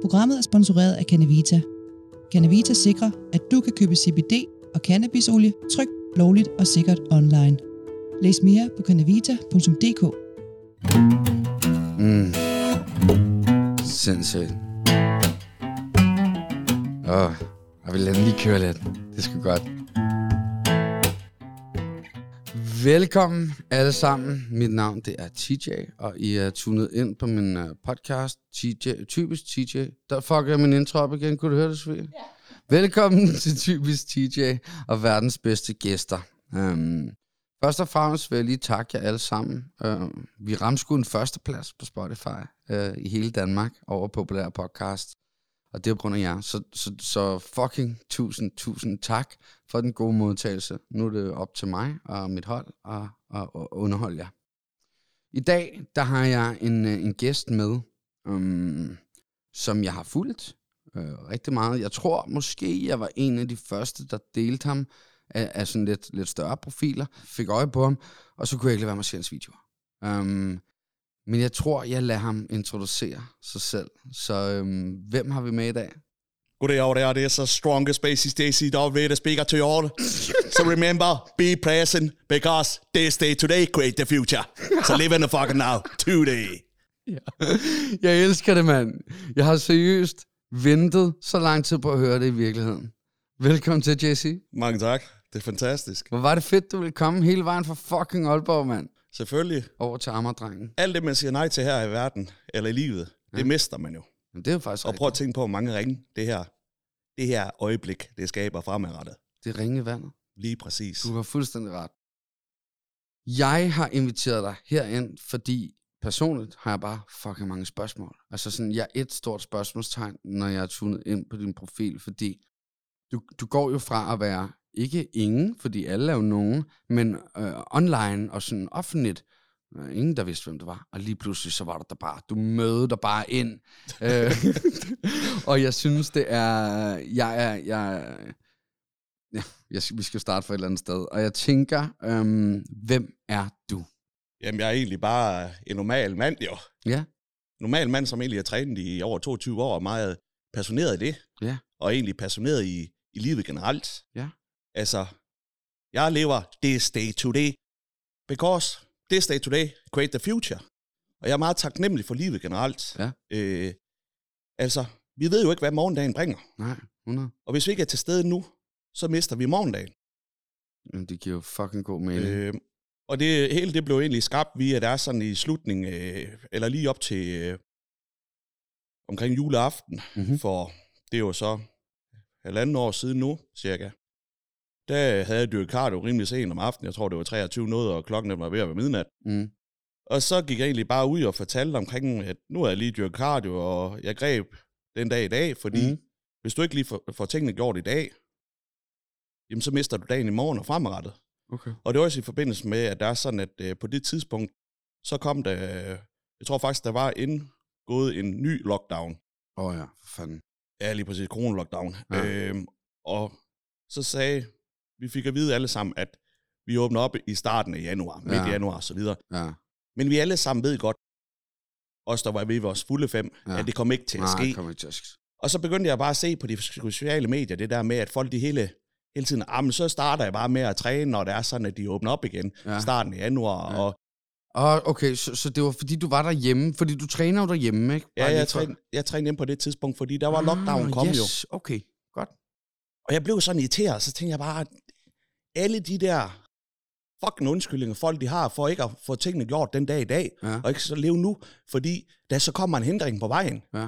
Programmet er sponsoreret af Cannavita. Cannavita sikrer, at du kan købe CBD og cannabisolie trygt, lovligt og sikkert online. Læs mere på cannavita.dk. Sindssygt. Jeg vil lige køre lidt. Det skal godt. Velkommen alle sammen. Mit navn det er TJ, og I er tunet ind på min podcast, Typisk TJ. Der fucker jeg min intro op igen. Kunne du høre det, Sofie? Ja. Velkommen til Typisk TJ og verdens bedste gæster. Først og fremmest vil jeg lige takke jer alle sammen. Vi ramte sgu en førsteplads på Spotify i hele Danmark over populære podcast. Og det er på grund af jer. Så fucking tusind tak for den gode modtagelse. Nu er det op til mig og mit hold at underholde jer. I dag, der har jeg en gæst med, som jeg har fulgt rigtig meget. Jeg tror måske, jeg var en af de første, der delte ham af sådan lidt større profiler. Fik øje på ham, og så kunne jeg ikke lade være med at se hans videoer. Men jeg tror, jeg lader ham introducere sig selv. Så hvem har vi med i dag? Goddag, det er så strongest Spacey Stacy, der speaker to you all. So remember, be present, because this day today create the future. So live in the fucking now, today. Ja. Jeg elsker det, mand. Jeg har seriøst ventet så lang tid på at høre det i virkeligheden. Velkommen til, Jesse. Mange tak. Det er fantastisk. Hvor var det fedt, du ville komme hele vejen fra fucking Aalborg, mand. Selvfølgelig. Over til Amager-drengen. Alt det, man siger nej til her i verden, eller i livet, det mister man jo. Men det er jo faktisk og prøv at tænke på, hvor mange ringe det her øjeblik, det skaber fremadrettet. Det er ringe i vandet. Lige præcis. Du har fuldstændig ret. Jeg har inviteret dig herind, fordi personligt har jeg bare fucking mange spørgsmål. Altså sådan, jeg er et stort spørgsmålstegn, når jeg er tunet ind på din profil, fordi du går jo fra at være ikke ingen, fordi alle er jo nogen, men online og sådan offentligt, ingen der vidste, hvem det var. Og lige pludselig så var der bare, du mødte dig bare ind. Og jeg synes, det er, vi skal starte fra et eller andet sted. Og jeg tænker, hvem er du? Jamen, jeg er egentlig bare en normal mand, jo. Ja. Normal mand, som egentlig har trænet i over 22 år, og meget passioneret i det. Ja. Og egentlig passioneret i livet generelt. Ja. Altså, jeg lever this day today, because this day today create the future. Og jeg er meget taknemmelig for livet generelt. Ja. Altså, vi ved jo ikke, hvad morgendagen bringer. Nej, 100. Og hvis vi ikke er til stede nu, så mister vi morgendagen. Jamen, det giver jo fucking god mening. Og det hele det blev egentlig skabt via, at der er sådan i slutningen, eller lige op til omkring juleaften, for det er jo så 1,5 år siden nu, cirka. Der havde jeg dyrket cardio rimelig sent om aftenen. Jeg tror, det var 23 noget, og klokken var ved at være midnat. Og så gik jeg egentlig bare ud og fortalte omkring, at nu er jeg lige dyrket cardio, og jeg greb den dag i dag, fordi hvis du ikke lige får tingene gjort i dag, jamen så mister du dagen i morgen og fremadrettet. Okay. Og det er også i forbindelse med, at der er sådan, at på det tidspunkt, så kom der, jeg tror faktisk, der var indgået en ny lockdown. Ja, for fanden. Ja, lige præcis, corona-lockdown. Ja. Og så vi fik at vide alle sammen, at vi åbner op i starten af januar, midt i januar og så videre. Ja. Men vi alle sammen ved godt, os der var ved vores fulde 5, at det kom ikke til at ske. Og så begyndte jeg bare at se på de sociale medier, det der med, at folk de hele tiden, så starter jeg bare med at træne, når det er sådan, at de åbner op igen starten af januar. Ja. Okay, så det var fordi, du var derhjemme, fordi du træner jo derhjemme, ikke? Bare jeg trænede hjemme på det tidspunkt, fordi der var lockdown kom jo. Okay, godt. Og jeg blev sådan irriteret, så tænkte jeg bare, at alle de der fucking undskyldninger, folk de har, for ikke at få tingene gjort den dag i dag, og ikke så leve nu, fordi der så kommer en hindring på vejen. Ja.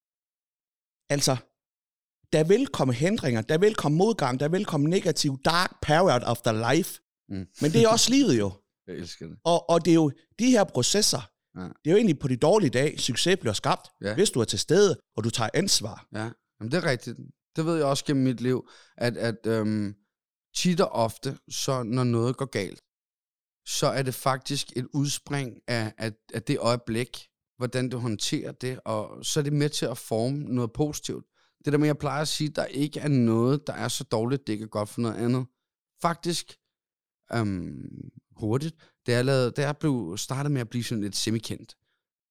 Altså, der vil komme hindringer, der vil komme modgang, der vil komme negativ, dark period of the life. Men det er også livet jo. Jeg elsker det. Og det er jo de her processer, det er jo egentlig på de dårlige dage, succes bliver skabt, hvis du er til stede, og du tager ansvar. Ja, jamen det er rigtigt. Det ved jeg også gennem mit liv, at tit og ofte, så når noget går galt, så er det faktisk et udspring af det øjeblik, hvordan du håndterer det, og så er det med til at forme noget positivt. Det der med, jeg plejer at sige, der ikke er noget, der er så dårligt, det ikke er godt for noget andet. Faktisk hurtigt, det er blevet startet med at blive sådan lidt semikendt.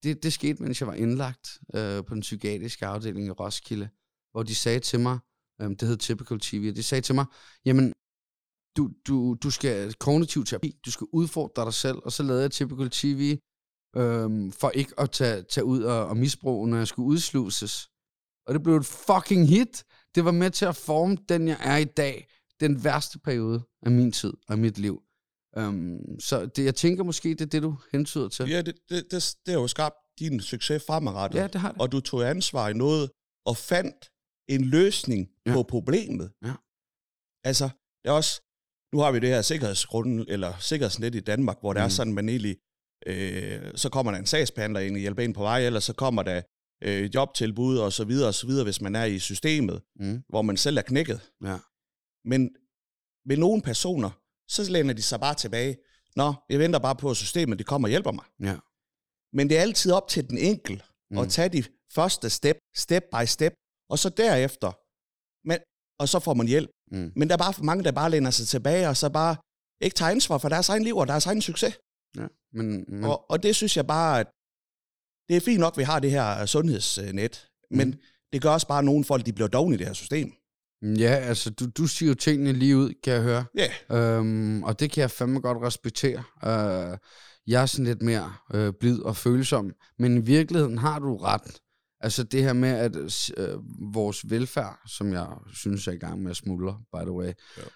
det skete, mens jeg var indlagt på den psykiatriske afdeling i Roskilde, hvor de sagde til mig, det hed Typical TV, de sagde til mig, jamen, du skal kognitiv terapi, du skal udfordre dig selv, og så lavede jeg Typical TV, for ikke at tage ud og misbruge, når jeg skulle udsluses. Og det blev et fucking hit. Det var med til at forme den, jeg er i dag. Den værste periode af min tid og mit liv. Så jeg tænker måske, det er det, du hentyder til. Ja, det har jo skabt din succes fremadrettet. Ja, det har det. Og du tog ansvar i noget, og fandt en løsning på problemet. Ja. Altså, det er også, nu har vi det her sikkerhedsnet i Danmark, hvor der er sådan, man egentlig, så kommer der en sagsbehandler ind og hjælper en på vej, eller så kommer der jobtilbud og så videre, hvis man er i systemet, hvor man selv er knækket. Ja. Men med nogle personer, så læner de sig bare tilbage. Nå, jeg venter bare på, at systemet de kommer og hjælper mig. Ja. Men det er altid op til den enkelte at tage de første step by step, og så derefter, og så får man hjælp. Men der er bare for mange, der bare læner sig tilbage, og så bare ikke tager ansvar for deres egen liv og deres egen succes. Ja, men... Og det synes jeg bare, at det er fint nok, at vi har det her sundhedsnet, men det gør også bare, at nogle folk, de bliver dovne i det her system. Ja, altså, du siger jo tingene lige ud, kan jeg høre. Ja. Og det kan jeg fandme godt respektere. Jeg er sådan lidt mere blid og følsom, men i virkeligheden har du ret. Altså det her med, at vores velfærd, som jeg synes er i gang med at smuldre, by the way,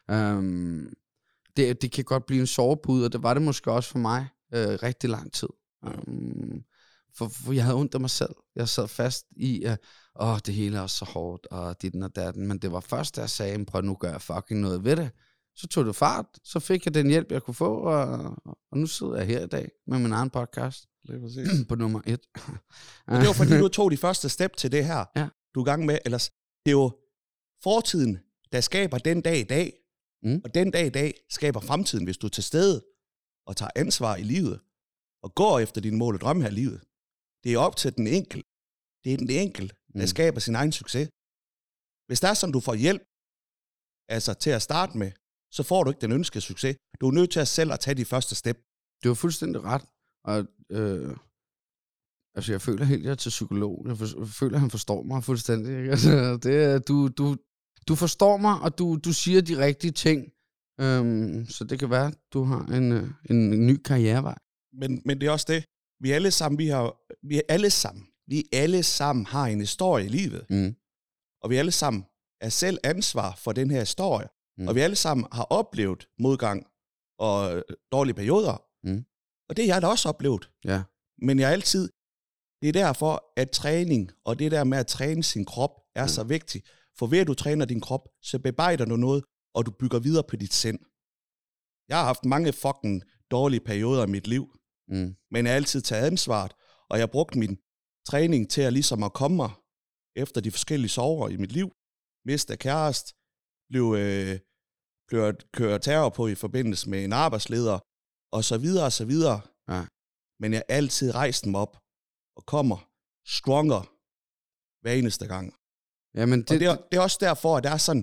det kan godt blive en sovepude, og det var det måske også for mig rigtig lang tid. For jeg havde ondt af mig selv. Jeg sad fast i, det hele er også så hårdt, og dit og datten. Men det var først, da jeg sagde, prøv nu gør jeg fucking noget ved det. Så tog det fart, så fik jeg den hjælp, jeg kunne få, og nu sidder jeg her i dag med min egen podcast. På nummer 1. Men det var fordi, du tog de første step til det her, du er i gang med. Ellers, det er jo fortiden, der skaber den dag i dag, og den dag i dag skaber fremtiden, hvis du er til stede og tager ansvar i livet, og går efter dine mål og drømme her i livet. Det er op til den enkelte. Det er den enkelte, der skaber sin egen succes. Hvis der er sådan, du får hjælp, altså til at starte med, så får du ikke den ønskede succes. Du er nødt til at selv at tage de første step. Du har fuldstændig ret. Og altså jeg føler helt, jeg er til psykolog. Jeg føler, han forstår mig fuldstændig. Altså, du forstår mig, og du siger de rigtige ting. Så det kan være, at du har en ny karrierevej. Men det er også det. Vi alle sammen har en historie i livet. Og vi alle sammen er selv ansvar for den her historie. Og vi alle sammen har oplevet modgang og dårlige perioder. Og det har jeg da også oplevet. Ja. Men det er derfor, at træning og det der med at træne sin krop er så vigtigt. For ved at du træner din krop, så bearbejder du noget, og du bygger videre på dit sind. Jeg har haft mange fucking dårlige perioder i mit liv, men jeg har altid taget ansvaret, og jeg har brugt min træning til at ligesom at komme mig efter de forskellige sorger i mit liv. Miste kæreste, blev kørt terror på i forbindelse med en arbejdsleder, og så videre og så videre. Ja. Men jeg har altid rejst mig op og kommer stronger hver eneste gang. Jamen, det er også derfor, at der er sådan,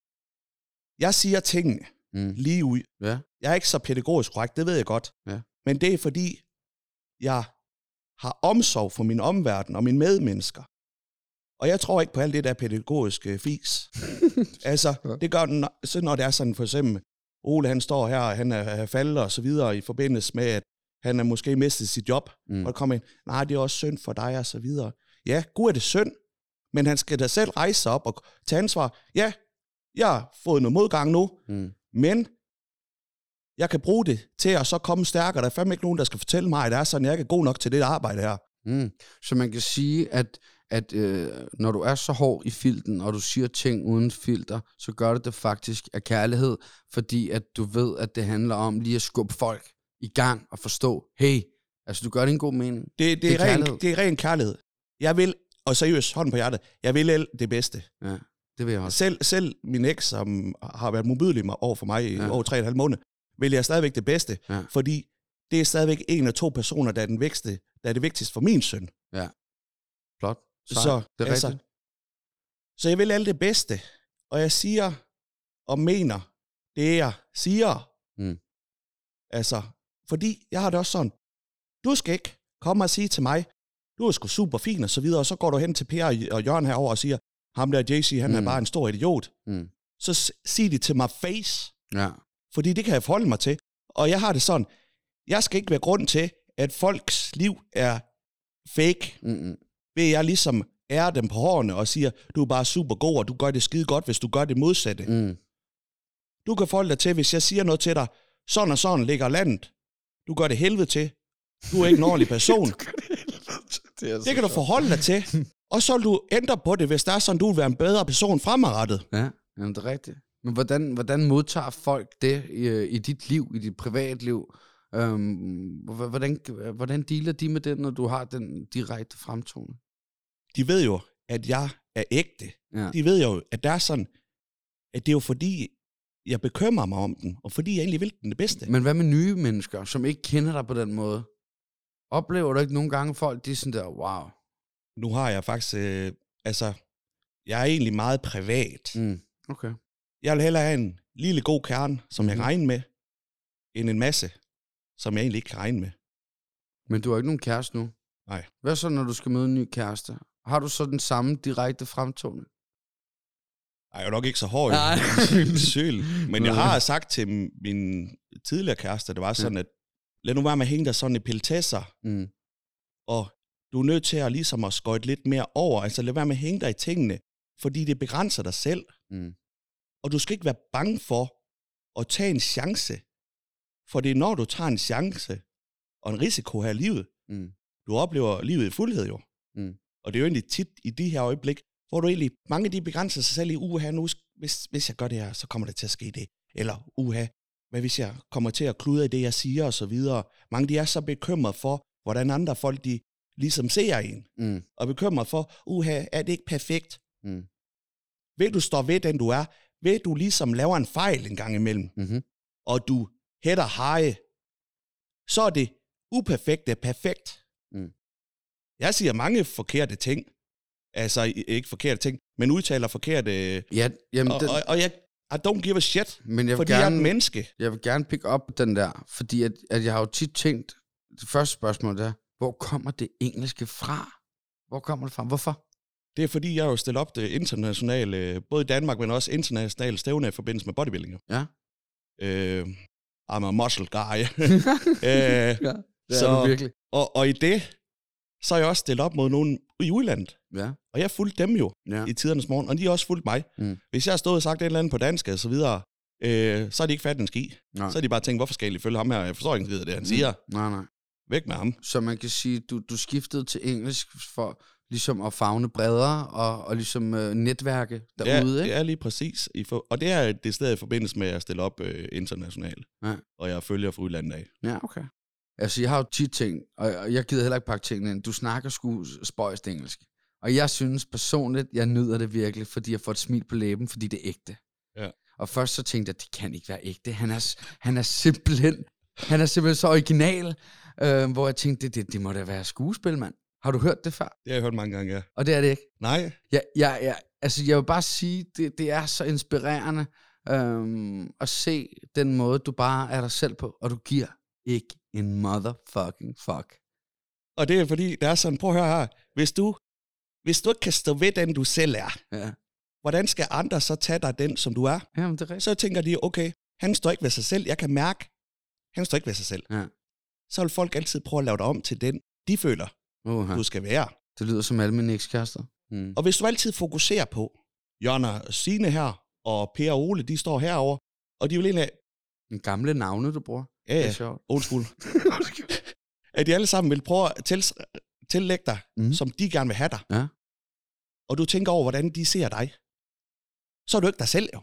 jeg siger tingene lige ud. Ja. Jeg er ikke så pædagogisk korrekt, det ved jeg godt. Ja. Men det er fordi, jeg har omsorg for min omverden og mine medmennesker. Og jeg tror ikke på alt det der pædagogiske fis. Altså, det gør den, så når det er sådan for eksempel, Ole han står her, han er faldet og så videre i forbindelse med, at han er måske mistet sit job. Og der kommer ind, nej, det er også synd for dig og så videre. Ja, gud er det synd, men han skal da selv rejse sig op og tage ansvar. Ja, jeg har fået noget modgang nu, men jeg kan bruge det til at så komme stærkere. Der er fandme ikke nogen, der skal fortælle mig, at det er sådan, jeg ikke er god nok til det arbejde her. Så man kan sige, at når du er så hård i filten, og du siger ting uden filter, så gør det faktisk af kærlighed, fordi at du ved, at det handler om lige at skubbe folk i gang og forstå, hey, altså du gør det en god mening. Det er ren kærlighed. Jeg vil, og seriøst, hånden på hjertet, jeg vil det bedste. Ja, det vil jeg også. Selv min eks, som har været modbydelig over for mig i over 3,5 måneder, vil jeg stadigvæk det bedste, fordi det er stadigvæk en af 2 personer, der er det vigtigste for min søn. Ja, flot. Så det er rigtigt. Så jeg vil alt det bedste, og jeg siger og mener det, jeg siger. Altså, fordi jeg har det også sådan, du skal ikke komme og sige til mig, du er sgu super fin og så videre, og så går du hen til Per og Jørgen herover og siger, ham der JC, han er bare en stor idiot. Så sig det til mig face. Ja. Fordi det kan jeg forholde mig til. Og jeg har det sådan, jeg skal ikke være grund til, at folks liv er fake. Ved jeg ligesom ære dem på hårene og siger, du er bare super god, og du gør det skide godt, hvis du gør det modsatte. Du kan forholde dig til, hvis jeg siger noget til dig, sådan og sådan ligger landet. Du gør det helvede til. Du er ikke en ordentlig person. Det kan du forholde dig til. Og så vil du ændre på det, hvis der er sådan, du vil være en bedre person fremadrettet. Ja, jamen det er rigtigt. Men hvordan modtager folk det i dit liv, i dit privatliv? Hvordan dealer de med det, når du har den direkte fremtoning? De ved jo, at jeg er ægte. Ja. De ved jo, at der er sådan, at det er jo fordi, jeg bekymrer mig om den, og fordi jeg egentlig vil den det bedste. Men hvad med nye mennesker, som ikke kender dig på den måde? Oplever du ikke nogle gange folk, de er sådan der, wow? Nu har jeg faktisk, jeg er egentlig meget privat. Okay. Jeg vil hellere have en lille god kerne, som jeg kan regne med, end en masse, som jeg egentlig ikke kan regne med. Men du har ikke nogen kæreste nu? Nej. Hvad så, når du skal møde en ny kæreste? Har du så den samme direkte fremtoning? Jeg er jo nok ikke så hård i syl, men jeg har sagt til min tidligere kæreste, det var sådan, at lad nu være med at hænge dig sådan i peltesser, og du er nødt til at ligesom at skøjte lidt mere over, altså lad være med at hænge dig i tingene, fordi det begrænser dig selv. Og du skal ikke være bange for at tage en chance, for det er når du tager en chance og en risiko her i livet, du oplever livet i fuldhed jo. Og det er jo egentlig tit i de her øjeblik, hvor du egentlig, mange af de begrænser sig selv i, nu, hvis jeg gør det her, så kommer det til at ske det. Eller, hvad hvis jeg kommer til at kludre i det, jeg siger, og så videre. Mange de er så bekymret for, hvordan andre folk, de ligesom ser en. Og bekymret for, er det ikke perfekt? Ved du står ved den, du er? Ved du ligesom laver en fejl en gang imellem? Og du hætter haje? Så er det uperfekte perfekt. Jeg siger mange forkerte ting. Altså, ikke forkerte ting, men udtaler forkerte... Ja, jamen og jeg don't give a shit, men fordi jeg er en menneske. Jeg vil gerne pick up den der, fordi at jeg har jo tit tænkt, det første spørgsmål der, hvor kommer det engelske fra? Hvor kommer det fra? Hvorfor? Det er fordi, jeg har jo stillet op det internationale, både i Danmark, men også internationale stævne i forbindelse med bodybuilding. Ja. I'm a muscle guy. Det er du virkelig. Og i det, så er jeg også stillet op mod nogen i udlandet. Ja. Og jeg fulgte dem jo i tidernes morgen, og de har også fulgt mig. Hvis jeg har stået og sagt et eller andet på dansk og så videre, så har de ikke fattet en ski. Nej. Så har de bare tænkt, hvorfor skal jeg følge ham her? Jeg forstår ikke det, han siger. Nej. Væk med ham. Så man kan sige, du skiftede til engelsk for ligesom at favne bredere og ligesom netværke derude, ikke? Ja, lige præcis. Og det er det sted i forbindelse med at stille op internationalt. Ja. Og jeg følger fra udlandet af. Ja, okay. Altså, jeg har jo tit ting, og jeg gider heller ikke pakke tingene ind. Du snakker sgu spøjst engelsk. Og jeg synes personligt, jeg nyder det virkelig, fordi jeg får et smil på læben, fordi det er ægte. Ja. Og først så tænkte jeg, det kan ikke være ægte. Han er simpelthen så original, hvor jeg tænkte, det må da være skuespil, mand. Har du hørt det før? Det har jeg hørt mange gange, ja. Og det er det ikke? Nej. Altså, jeg vil bare sige, det er så inspirerende at se den måde, du bare er dig selv på, og du giver ikke en motherfucking fuck. Og det er fordi, der er sådan, prøv at høre her, hvis du ikke kan stå ved den, du selv er, hvordan skal andre så tage dig den, som du er? Jamen, det er rigtigt. Så tænker de, okay, han står ikke ved sig selv, jeg kan mærke, han står ikke ved sig selv. Ja. Så vil folk altid prøve at lave dig om til den, de føler, du skal være. Det lyder som alle mine ekskærester. Og hvis du altid fokuserer på, Jonna, Signe her, og Per og Ole, de står herover, og de vil egentlig... En gamle navne, du bruger. Ja, old school. At de alle sammen vil prøve at tillægge dig, som de gerne vil have dig. Ja. Og du tænker over, hvordan de ser dig. Så er du ikke dig selv, jo.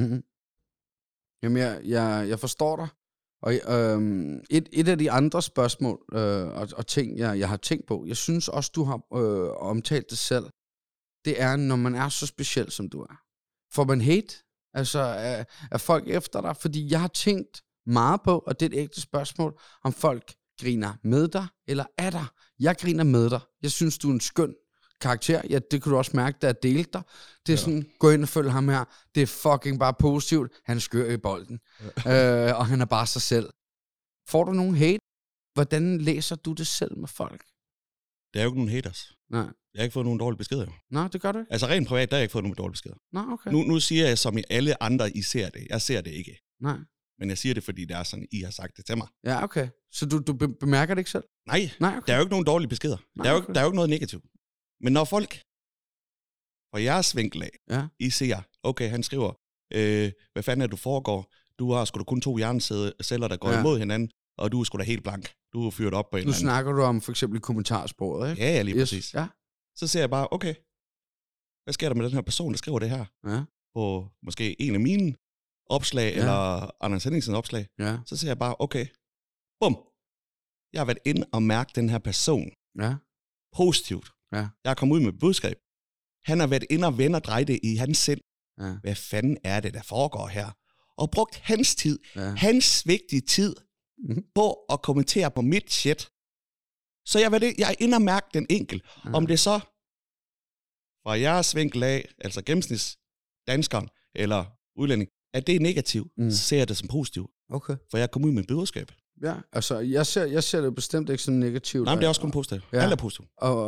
Jamen, jeg forstår dig. Og et af de andre spørgsmål og ting, jeg har tænkt på, jeg synes også, du har omtalt det selv, det er, når man er så speciel, som du er. Får man hate? Altså, er folk efter dig? Fordi jeg har tænkt meget på, og det er et ægte spørgsmål, om folk griner med dig, eller er der? Jeg griner med dig. Jeg synes, du er en skøn karakter. Ja, det kan du også mærke, da jeg delte dig. Det er sådan, gå ind og følg ham her. Det er fucking bare positivt. Han skør i bolden. Og han er bare sig selv. Får du nogen hate? Hvordan læser du det selv med folk? Der er jo ikke nogen haters. Nej. Jeg har ikke fået nogen dårlige beskeder. Nå, det gør du ikke? Altså rent privat, der har jeg ikke fået nogen dårlige beskeder. Nå, okay. Nu siger jeg, som i alle andre, I ser det. Jeg ser det ikke. Nej. Men jeg siger det, fordi det er sådan, I har sagt det til mig. Ja, okay. Så du bemærker det ikke selv? Nej, okay. Der er jo ikke nogen dårlige beskeder. Nej, der er jo ikke noget negativt. Men når folk fra jeres vinkel af, I ser, okay, han skriver, hvad fanden er du foregår? Du har sgu da kun 2 hjerneceller, der går imod hinanden, og du er sgu da helt blank. Du er fyret op på en eller anden. Nu snakker du om for eksempel kommentarsporet, ikke? Ja, lige præcis. Ja. Så ser jeg bare, okay, hvad sker der med den her person, der skriver det her? Ja. På måske en af mine opslag, eller Anders Henningsens opslag. Ja. Så ser jeg bare, okay, bum. Jeg har været inde og mærket den her person. Ja. Positivt. Ja. Jeg har kommet ud med et budskab. Han har været inde og vende og dreje det i hans sind. Ja. Hvad fanden er det, der foregår her? Og brugt hans tid, hans vigtige tid, på at kommentere på mit shit. Så jeg er inde og mærke den enkel. Om det så fra jeres vinkel af, altså gennemsnitsdanskeren eller udlænding, at det er negativt, så ser jeg det som positivt. Okay. For jeg er kommet ud med et budskab. Ja, altså jeg ser det bestemt ikke som negativt. Nej, men det er også kun positivt. Ja. Alt er positivt.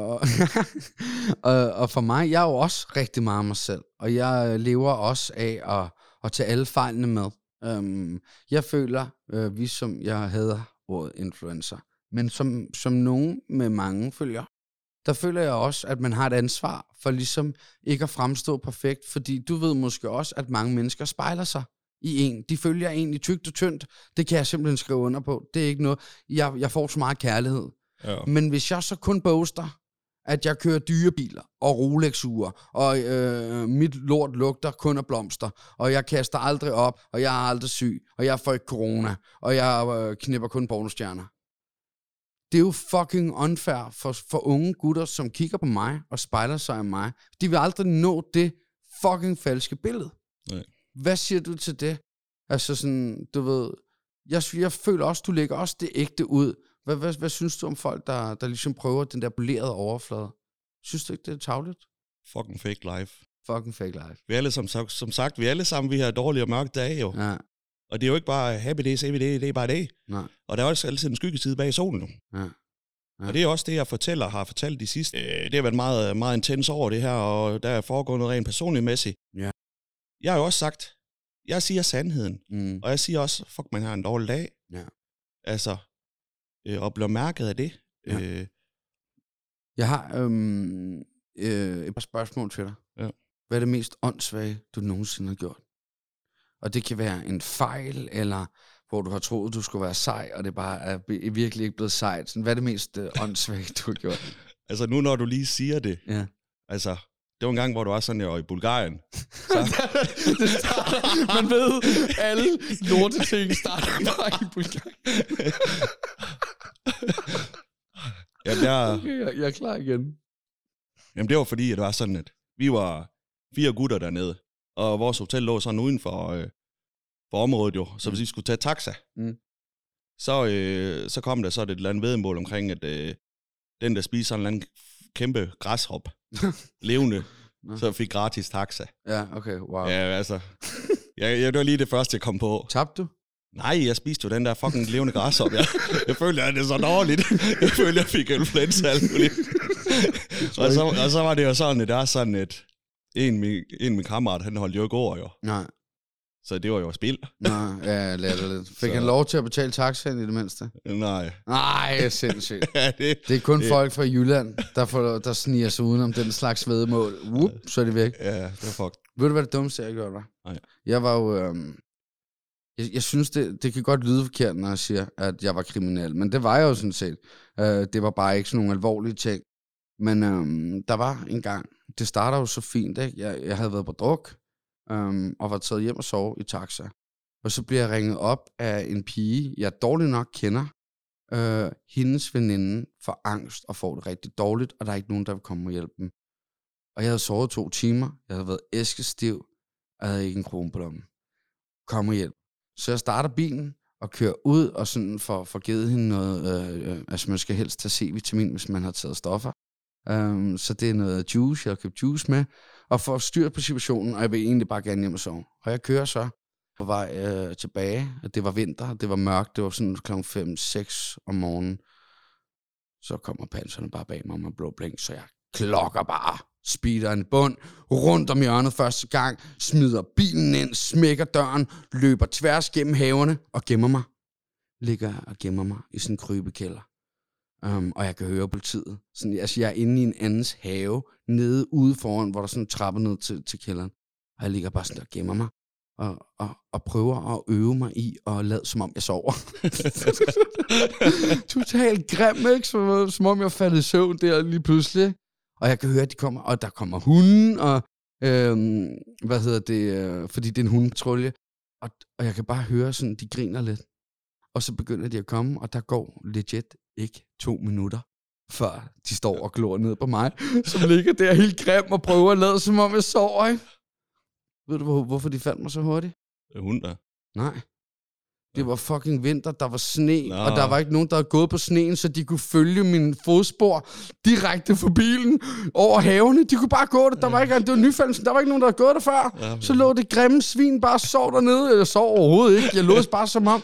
Og for mig, jeg er jo også rigtig meget mig selv. Og jeg lever også af at tage alle fejlene med. Jeg føler, jeg hader ordet influencer, men som nogen med mange følger, der føler jeg også, at man har et ansvar for ligesom ikke at fremstå perfekt, fordi du ved måske også, at mange mennesker spejler sig i en. De følger en i tykt og tyndt. Det kan jeg simpelthen skrive under på. Det er ikke noget. Jeg får så meget kærlighed. Ja. Men hvis jeg så kun boaster, at jeg kører dyrebiler og Rolex-ure, og mit lort lugter kun af blomster, og jeg kaster aldrig op, og jeg er aldrig syg, og jeg får ikke corona, og jeg knipper kun pornostjerner. Det er jo fucking unfair for unge gutter, som kigger på mig og spejler sig af mig. De vil aldrig nå det fucking falske billede. Nej. Hvad siger du til det? Altså sådan, du ved, jeg føler også, du lægger også det ægte ud. Hvad synes du om folk, der ligesom prøver den der polerede overflade? Synes du ikke, det er tarveligt? Fucking fake life. Fucking fake life. Vi er alle som sagt, vi alle sammen, vi har dårlige og mørke dage jo. Ja. Og det er jo ikke bare happy days, every day, det er bare det. Nej. Og der er også altid en skyggeside bag solen nu. Ja. Ja. Og det er også det, jeg har fortalt de sidste. Det har været meget, meget intens over det her, og der er foregået noget rent personligt-mæssigt. Ja. Jeg har jo også sagt, jeg siger sandheden. Og jeg siger også, fuck, man har en dårlig dag. Ja. Altså, og bliver mærket af det. Ja. Jeg har et par spørgsmål til dig. Ja. Hvad er det mest åndssvage, du nogensinde har gjort? Og det kan være en fejl, eller hvor du har troet, du skulle være sej, og det bare er virkelig ikke blevet sejt. Sådan, hvad er det mest åndssvage, du har gjort? Altså nu, når du lige siger det. Ja. Altså, det var en gang, hvor du var sådan, jeg var i Bulgarien. Så. Det starter, man ved, alle lorteting starter bare i Bulgarien. Jamen, okay, jeg er klar igen. Jamen, det var fordi, at det var sådan, at vi var 4 gutter dernede, og vores hotel lå sådan uden for området jo, så hvis vi skulle tage taxa, så kom der så et eller andet væddemål omkring, at den, der spiser sådan en eller anden kæmpe græshop, levende, så fik gratis taxa. Ja, okay, wow. Ja, altså, det var lige det første, jeg kom på. Tabte du? Nej, jeg spiste jo den der fucking levende græshop. Jeg følte, at det er så dårligt. Jeg følte, jeg fik influenza alt muligt. og så var det jo sådan, at der er sådan et... En af mine kammerater, han holdt jo ikke over, jo. Nej. Så det var jo spild. Nej, ja, jeg lærte det lidt. Fik han lov til at betale taxaen i det mindste? Nej. Nej, sindssygt. Ja, det er kun folk fra Jylland, der sniger sig udenom den slags væddemål. Så er det væk. Ja, det var fuck. Ved du, hvad det dummeste, jeg gjorde, var? Nej. Jeg var jo... Jeg synes, det kan godt lyde forkert, når jeg siger, at jeg var kriminel. Men det var jeg jo sådan set. Det var bare ikke sådan nogle alvorlige ting. Men der var en gang, det starter jo så fint, ikke? Jeg havde været på druk, og var taget hjem og sove i taxa. Og så bliver jeg ringet op af en pige, jeg dårligt nok kender. Hendes veninde får angst og får det rigtig dårligt, og der er ikke nogen, der vil komme og hjælpe dem. Og jeg havde sovet 2 timer, jeg havde været æskestiv, og jeg havde ikke en krone på lommen. Kom og hjælp. Så jeg starter bilen og kører ud og sådan får givet hende noget, altså man skal helst tage C-vitamin, hvis man har taget stoffer. Så det er noget juice, jeg har købt juice med, og får styr på situationen, og jeg vil egentlig bare gerne hjem og sove. Og jeg kører så på vej tilbage, og det var vinter, det var mørkt, det var sådan kl. 5-6 om morgenen. Så kommer panserne bare bag mig med blå blink, så jeg klokker bare speederen i bund, rundt om hjørnet første gang, smider bilen ind, smækker døren, løber tværs gennem haverne og gemmer mig. Ligger og gemmer mig i sådan en krybekælder. Og jeg kan høre politiet. Sådan, altså, jeg er inde i en andens have, nede ude foran, hvor der sådan en trappe ned til kælderen. Og jeg ligger bare sådan der og gemmer mig. Og prøver at øve mig i at lade, som om jeg sover. Totalt grim, ikke? Som om jeg faldt i søvn der lige pludselig. Og jeg kan høre, at de kommer, og der kommer hunden, og fordi det er en hundepatrulje. Og jeg kan bare høre, sådan, de griner lidt. Og så begynder de at komme, og der går legit ikke 2 minutter, før de står og glor ned på mig, som ligger der helt grim og prøver at lade, som om jeg sover, ikke? Ved du, hvorfor de fandt mig så hurtigt? Hund der. Nej. Det var fucking vinter, der var sne, og der var ikke nogen, der havde gået på sneen, så de kunne følge mine fodspor direkte fra bilen over havene. De kunne bare gå der. Der var ikke, det var nyfældelsen. Der var ikke nogen, der havde gået der før. Ja, så lå det grimme svin bare sov dernede. Jeg sov overhovedet ikke. Jeg lå bare som om,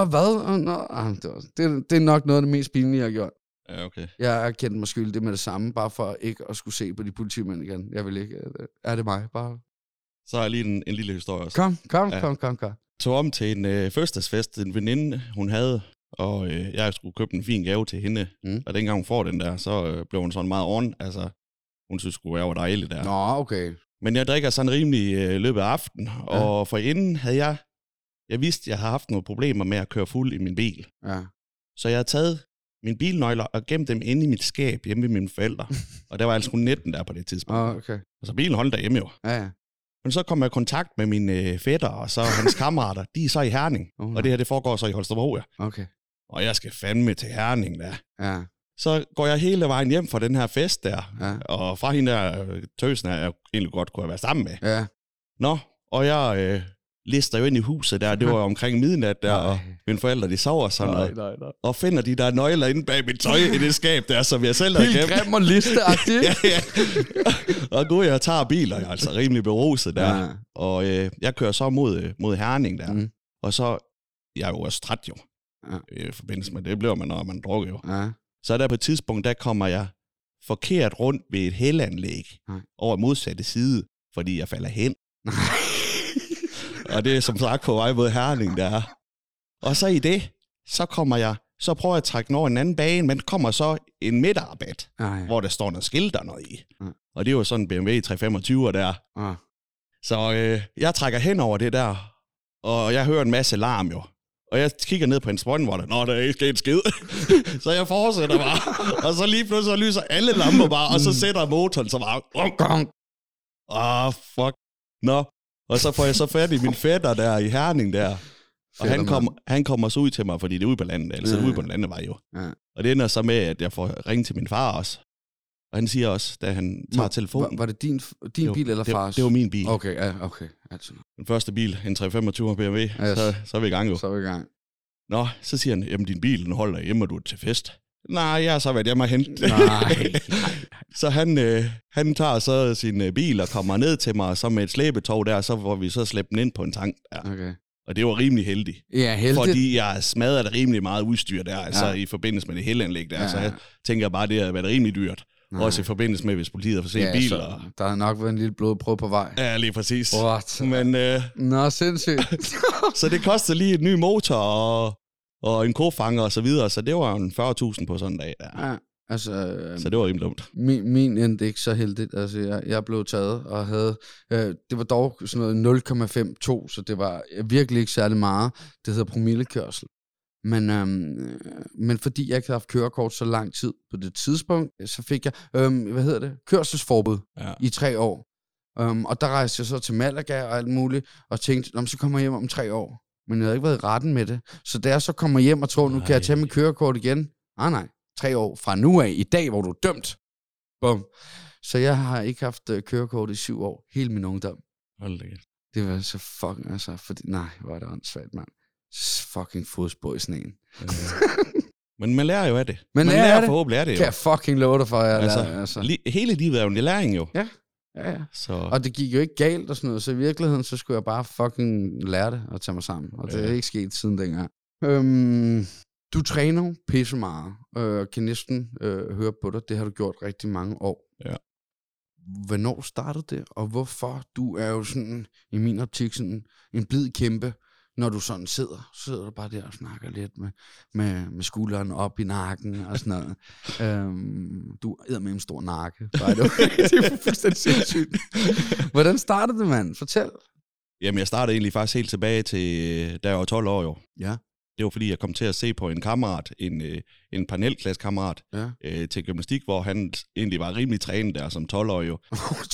det er nok noget af det mest pinlige, jeg har gjort. Ja, okay. Jeg har kendt mig skyldig med det samme, bare for ikke at skulle se på de politimænd igen. Jeg vil ikke. Er det mig? Bare. Så har jeg lige en lille historie også. Kom. Tog om til en fødselsdagsfest, en veninde, hun havde, og jeg skulle købe en fin gave til hende. Og dengang hun får den der, så blev hun sådan meget oven. Altså, hun synes skulle være dejligt der. Nå, okay. Men jeg drikker sådan rimelig løbet af aftenen, og for inden havde jeg vidste, at jeg havde haft nogle problemer med at køre fuld i min bil. Ja. Så jeg havde taget mine bilnøgler og gemt dem inde i mit skab hjemme ved mine forældre. Og der var altså kun 19 der på det tidspunkt. Okay. Og så bilen holdt derhjemme jo. Ja. Men så kom jeg i kontakt med mine fætter og så hans kammerater. De er så i Herning, og det her det foregår så i Holstebro. Okay. Og jeg skal fandme til Herning der. Ja. Så går jeg hele vejen hjem fra den her fest der, og fra hende der tøsen jeg egentlig godt kunne have været sammen med. Ja. Nå, og jeg lister jo ind i huset der, det var omkring midnat der, og mine forældre, de sover sådan noget. Nej. Og finder de der nøgler inde bag mit tøj i det skab der, som jeg selv havde gemt. Helt grim og listeagtigt. ja. Og gud, jeg tager biler, jeg er altså rimelig beruset der. Ja. Og jeg kører så mod Herning der. Og så, jeg er jo også træt jo. I forbindelse med det bliver man, når man drukker jo. Ja. Så der på et tidspunkt, der kommer jeg forkert rundt ved et hældanlæg over modsatte side, fordi jeg falder hen. Og det er som sagt på vej mod Herning der. Og så i det, så prøver jeg at trække den over en anden bane, men kommer så en midterrabat, hvor der står noget skilt der noget i. Og det er jo sådan en BMW 325 der. Så jeg trækker hen over det der, og jeg hører en masse larm jo. Og jeg kigger ned på en sprøjten, hvor der er ikke sket skid. Så jeg fortsætter bare. Og så lige pludselig lyser alle lamper bare, og så sætter motoren så bare. Fuck. Nå. Og så får jeg så fat i min fætter der i Herning der. Og han kommer så ud til mig, fordi det er ude på landet, altså ude på den landevej jo. Ja. Og det ender så med, at jeg får ringet til min far også. Og han siger også, da han tager telefonen. Var det din bil eller fars? Det var min bil. Okay. Altså. Den første bil, en 325 BMW, yes. så er vi i gang jo. Så er vi i gang. Nå, så siger han, jamen din bil, den holder hjemme, og du er til fest. Nej, jeg har så været hjemme og hente. Nej. Så han tager så sin bil og kommer ned til mig, og så med et slæbetog der, så får vi så slæbt den ind på en tank. Ja. Okay. Og det var rimelig heldigt. Ja, heldigt. Fordi jeg smadrede rimelig meget udstyr der, altså i forbindelse med det hældanlæg der. Ja. Så jeg tænker bare, det har været rimelig dyrt. Nej. Også i forbindelse med, hvis politiet får set biler. Der har nok været en lille blodprøve på vej. Ja, lige præcis. What? Men, nå, sindssygt. Så det kostede lige et ny motor og en kofanger og så videre, så det var jo en 40.000 på sådan en dag der. Ja, altså... så det var rimelig dumt. Min endte ikke så heldigt. Altså, jeg blev taget og havde... det var dog sådan noget 0,52, så det var virkelig ikke særlig meget. Det hedder promillekørsel. Men fordi jeg ikke havde haft kørekort så lang tid på det tidspunkt, så fik jeg, kørselsforbud i 3 år. Og der rejste jeg så til Malaga og alt muligt, og tænkte, så kommer jeg hjem om 3 år. Men jeg havde ikke været i retten med det. Så da jeg så kommer hjem og tror, nu kan jeg tage mit kørekort igen. Nej, 3 år fra nu af, i dag, hvor du er dømt. Bum. Så jeg har ikke haft kørekort i 7 år, hele min ungdom. Hold det. Det var så fucking, altså, fordi, nej, hvor er det åndssvagt, mand. Fucking fodspor i sneen. Men man lærer jo af det. Man lærer forhåbentlig af det jo. Kan jeg fucking love dig for, at jeg lærer, altså. Hele livet er jo en læring jo. Ja. Så. Og det gik jo ikke galt og sådan noget, så i virkeligheden, så skulle jeg bare fucking lære det og tage mig sammen. Og det er ikke sket siden dengang. Du træner pisse meget, kan næsten høre på dig. Det har du gjort rigtig mange år. Ja. Hvornår startede det, og hvorfor? Du er jo sådan, i min optik, sådan en blid kæmpe, når du sådan sidder du bare der og snakker lidt med skulderen op i nakken og sådan noget. Du er med en stor nakke. Det er fuldstændig sindssygt. Hvordan startede det, mand? Fortæl. Jamen, jeg startede egentlig faktisk helt tilbage til, da jeg var 12 år jo. Ja. Det var fordi, jeg kom til at se på en kammerat, en panelklassekammerat, til gymnastik, hvor han egentlig var rimelig trænet der som 12-årig jo.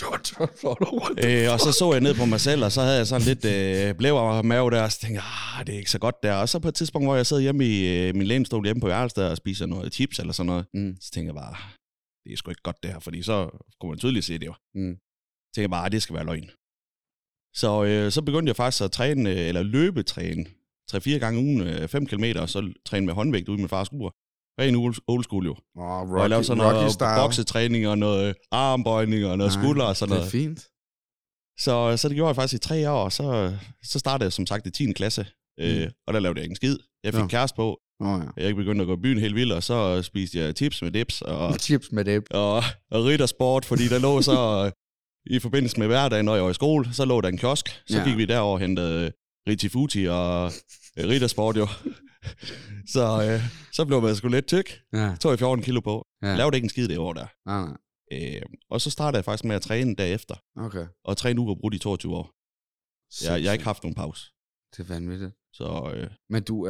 Og så jeg ned på mig selv, og så havde jeg sådan lidt blæver mave der, og så tænkte jeg, det er ikke så godt der. Og så på et tidspunkt, hvor jeg sad hjemme i min lænestol hjemme på Jarlsted og spiser noget chips eller sådan noget, så tænkte jeg bare, det er sgu ikke godt det her, fordi så kunne man tydeligt se det jo. Så tænkte jeg bare, det skal være løgn. Så begyndte jeg faktisk at træne, eller løbetræne, 3-4 gange ugen, 5 kilometer, og så træne med håndvægt ude i min fars skure. Ren old school jo. Rocky, og jeg lavede sådan noget boksetræning og noget armbøjning og noget skulder og sådan noget. Det er fint. Så det gjorde jeg faktisk i 3 år, og så startede jeg som sagt i 10. klasse, og der lavede jeg ikke en skid. Jeg fik kæreste på. Jeg begyndte at gå i byen helt vildt, og så spiste jeg chips med dips. Og riddersport, fordi der lå så i forbindelse med hverdagen, når jeg var i skole, så lå der en kiosk. Så gik vi derover og hentede Riti Futi og riddersport jo. Så blev man sgu lidt tyk. Tog jeg 14 kilo på. Lavede ikke en skid det år der. Og så startede jeg faktisk med at træne derefter. Okay. Og træne uafbrudt i 22 år. Jeg har ikke haft nogen pause. Det er vanvittigt. Men du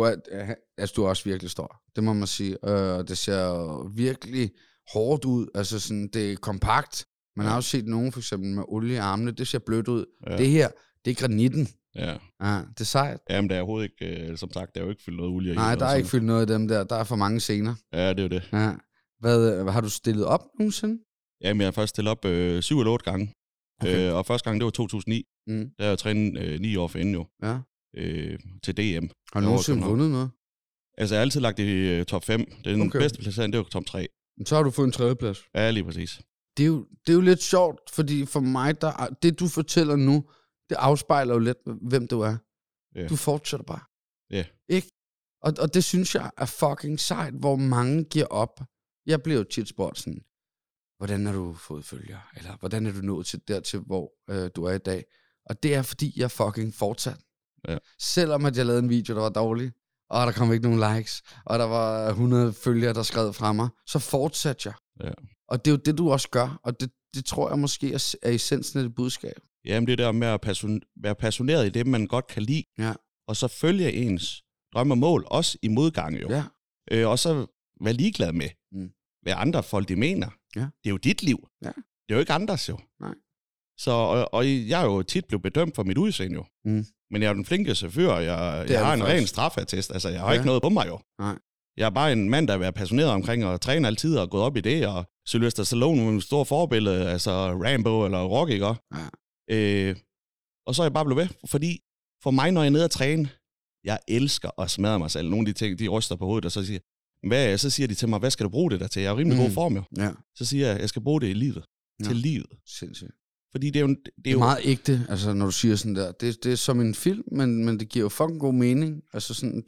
er også virkelig stor. Det må man sige. Det ser virkelig hårdt ud. Altså sådan, det er kompakt. Man har også set nogen for eksempel med olie i armene. Det ser blødt ud. Det her, det er granitten. Ja. Det er sejt. Jamen, der er overhovedet ikke, som sagt, der er jo ikke fyldt noget olie i. Nej, der er ikke fyldt noget af dem der. Der er for mange scener. Ja, det er jo det. Ja. Hvad har du stillet op nogensinde? Jamen, jeg har først stillet op 7 eller 8 gange. Okay. Og første gang, det var 2009. Der har jeg trænet 9 år for inden jo. Ja. Til DM. Har du nogensinde vundet noget? Altså, jeg har altid lagt i top 5. Det er den bedste placering, det var top 3. Så har du fået en 3. plads. Ja, lige præcis. Det er jo lidt sjovt, fordi for mig, det du fortæller nu, det afspejler jo lidt, hvem du er. Yeah. Du fortsætter bare. Yeah. Ikke? Og det synes jeg er fucking sejt, hvor mange giver op. Jeg bliver jo tit spurgt sådan, hvordan har du fået følgere? Eller hvordan er du nået dertil, hvor du er i dag? Og det er, fordi jeg fucking fortsat. Yeah. Selvom at jeg lavede en video, der var dårlig, og der kom ikke nogen likes, og der var 100 følgere, der skrev fra mig, så fortsatte jeg. Yeah. Og det er jo det, du også gør, og det tror jeg måske er essensen af det budskab. Jamen det der med at være passioneret i det, man godt kan lide, og så følge ens drømme og mål, også i modgang jo. Ja. Og så være ligeglad med, hvad andre folk de mener. Ja. Det er jo dit liv. Ja. Det er jo ikke andres jo. Nej. Så, og jeg er jo tit blevet bedømt for mit udseende jo. Men jeg er den flinke chauffør, jeg har en ren strafattest, altså jeg har ikke noget på mig jo. Nej. Jeg er bare en mand, der er passioneret omkring at træne altid og gået op i det, og Sylvester Stallone er en stor forbillede, altså Rambo eller Rocky, ikke? Ja. Og så er jeg bare blevet ved, fordi for mig, når jeg er nede at træne, jeg elsker at smadre mig selv. Nogle af de ting, de ryster på hovedet, og så siger de til mig, hvad skal du bruge det der til? Jeg er jo rimelig god form jo. Ja. Så siger jeg skal bruge det i livet. Til livet. Sindssygt. Fordi det er jo meget ægte, altså når du siger sådan der. Det er som en film, men det giver jo fucking god mening. Altså sådan,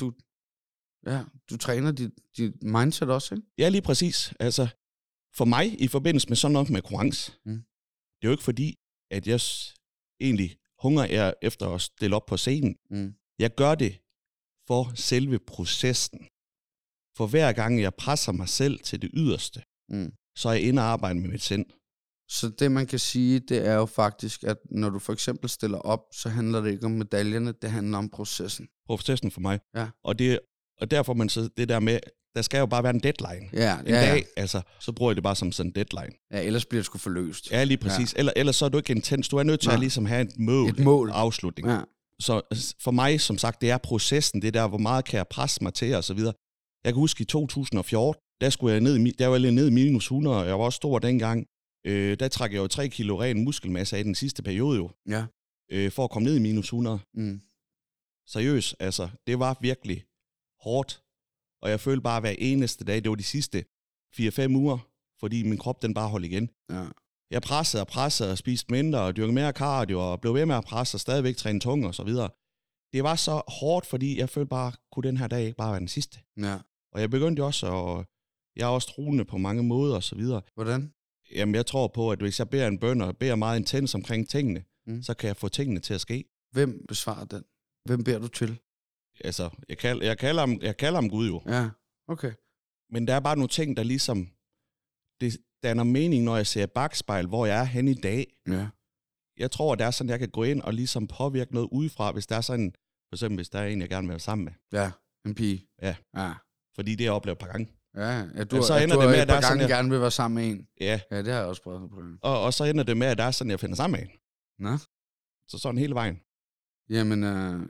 du træner dit mindset også, ikke? Ja, lige præcis. Altså, for mig, i forbindelse med sådan noget med konkurrence, det er jo ikke fordi, at jeg egentlig hungrer efter at stille op på scenen. Jeg gør det for selve processen. For hver gang jeg presser mig selv til det yderste, så er jeg inde og arbejde med mit sind. Så det man kan sige, det er jo faktisk, at når du for eksempel stiller op, så handler det ikke om medaljerne, det handler om processen. Processen for mig. Ja. Og derfor man så det der med, der skal jo bare være en deadline. Ja, en dag, altså, så bruger jeg det bare som sådan en deadline. Ja, ellers bliver det sgu forløst. Ja, lige præcis. Ja. Ellers så er du ikke intens. Du er nødt til at ligesom have et mål. Afslutning. Ja. Så for mig, som sagt, det er processen. Det er der, hvor meget kan jeg presse mig til, og så videre. Jeg kan huske i 2014, der var jeg ned i minus 100, og jeg var også stor dengang. Der trak jeg jo 3 kilo ren muskelmasse af den sidste periode jo. Ja. For at komme ned i minus 100. Seriøst, altså, det var virkelig hårdt. Og jeg følte bare hver eneste dag, det var de sidste 4-5 uger, fordi min krop, den bare holdt igen. Ja. Jeg pressede og spiste mindre og dyrkede mere cardio og blev ved med at presse og stadigvæk træne tung og så videre. det var så hårdt, fordi jeg følte bare, kunne den her dag ikke bare være den sidste? Ja. Og jeg begyndte jo også, og jeg er også troende på mange måder og så videre. Hvordan? Jamen, jeg tror på, at hvis jeg beder en bøn, og beder meget intens omkring tingene, så kan jeg få tingene til at ske. Hvem besvarer den? Hvem beder du til? Altså, jeg kalder ham Gud jo. Ja, okay. Men der er bare nogle ting, der ligesom, det danner mening, når jeg ser bagspejl, hvor jeg er henne i dag. Ja. Jeg tror, at det er sådan, at jeg kan gå ind og ligesom påvirke noget udefra, hvis der er sådan, for eksempel hvis der er en, jeg gerne vil være sammen med. Ja, en pige. Ja. Ja. Fordi det har jeg oplevet et par gange. Ja, du så ender det med, at der er sådan, gerne vil være sammen med en. Ja. Ja, det har jeg også prøvet på. Og så ender det med, at der er sådan, jeg finder sammen med en. Nå. Så sådan hele vejen. Jamen,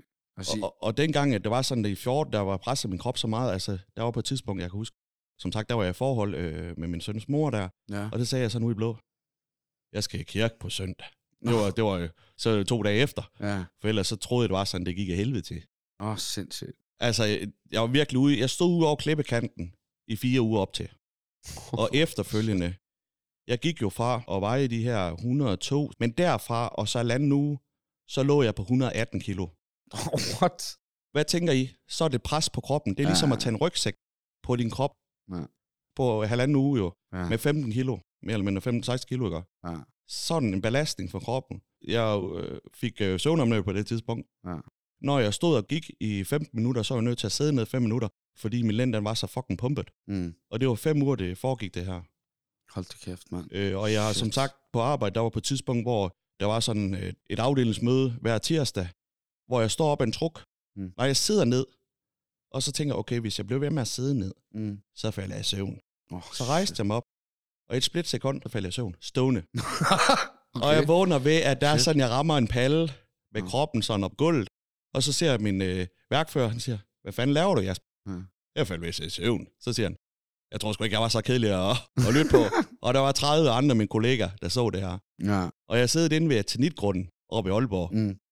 og dengang, at det var sådan, at i 14, der var presset min krop så meget, altså, der var på et tidspunkt, jeg kan huske, som sagt, der var jeg i forhold med min søns mor der, ja. Og det sagde jeg så nu i blå. Jeg skal i kirke på søndag. Det var så 2 dage efter. Ja. For ellers så troede jeg, det var sådan, det gik af helvede til. Sindssygt. Altså, jeg var virkelig ude. Jeg stod ude over klippekanten i 4 uger op til. Og efterfølgende, jeg gik jo fra at veje de her 102, men derfra og så 1,5 uge, så lå jeg på 118 kilo. What? Hvad tænker I? Så er det pres på kroppen. Det er ligesom at tage en rygsæk på din krop. Ja. På 1,5 uge jo. Ja. Med 15 kilo. Mere eller mindre 15-16 kilo, ikke? Ja. Sådan en belastning for kroppen. Jeg fik søvnomnø på det tidspunkt. Ja. Når jeg stod og gik i 15 minutter, så var jeg nødt til at sidde ned 5 minutter, fordi min lænd, den var så fucking pumpet. Og det var 5 uger, det foregik det her. Hold da kæft, mand. Og jeg har som sagt på arbejde, der var på et tidspunkt, hvor der var sådan et afdelingsmøde hver tirsdag, hvor jeg står op ad en truk, og jeg sidder ned, og så tænker jeg, okay, hvis jeg blev ved med at sidde ned, så falder jeg i søvn. Så rejste jeg mig op, og et splitsekund, der falder jeg i søvn. Stående. Okay. Og jeg vågner ved, at der er sådan, jeg rammer en palle med kroppen sådan op gulvet, og så ser jeg min værkfører, han siger, hvad fanden laver du, Jasper? Jeg faldt ved i søvn. Så siger han, jeg tror sgu ikke, jeg var så kedelig at lytte på. Og der var 30 andre af mine kollegaer, der så det her. Ja. Og jeg sad inde ved Atenitgrunden oppe i Aalborg,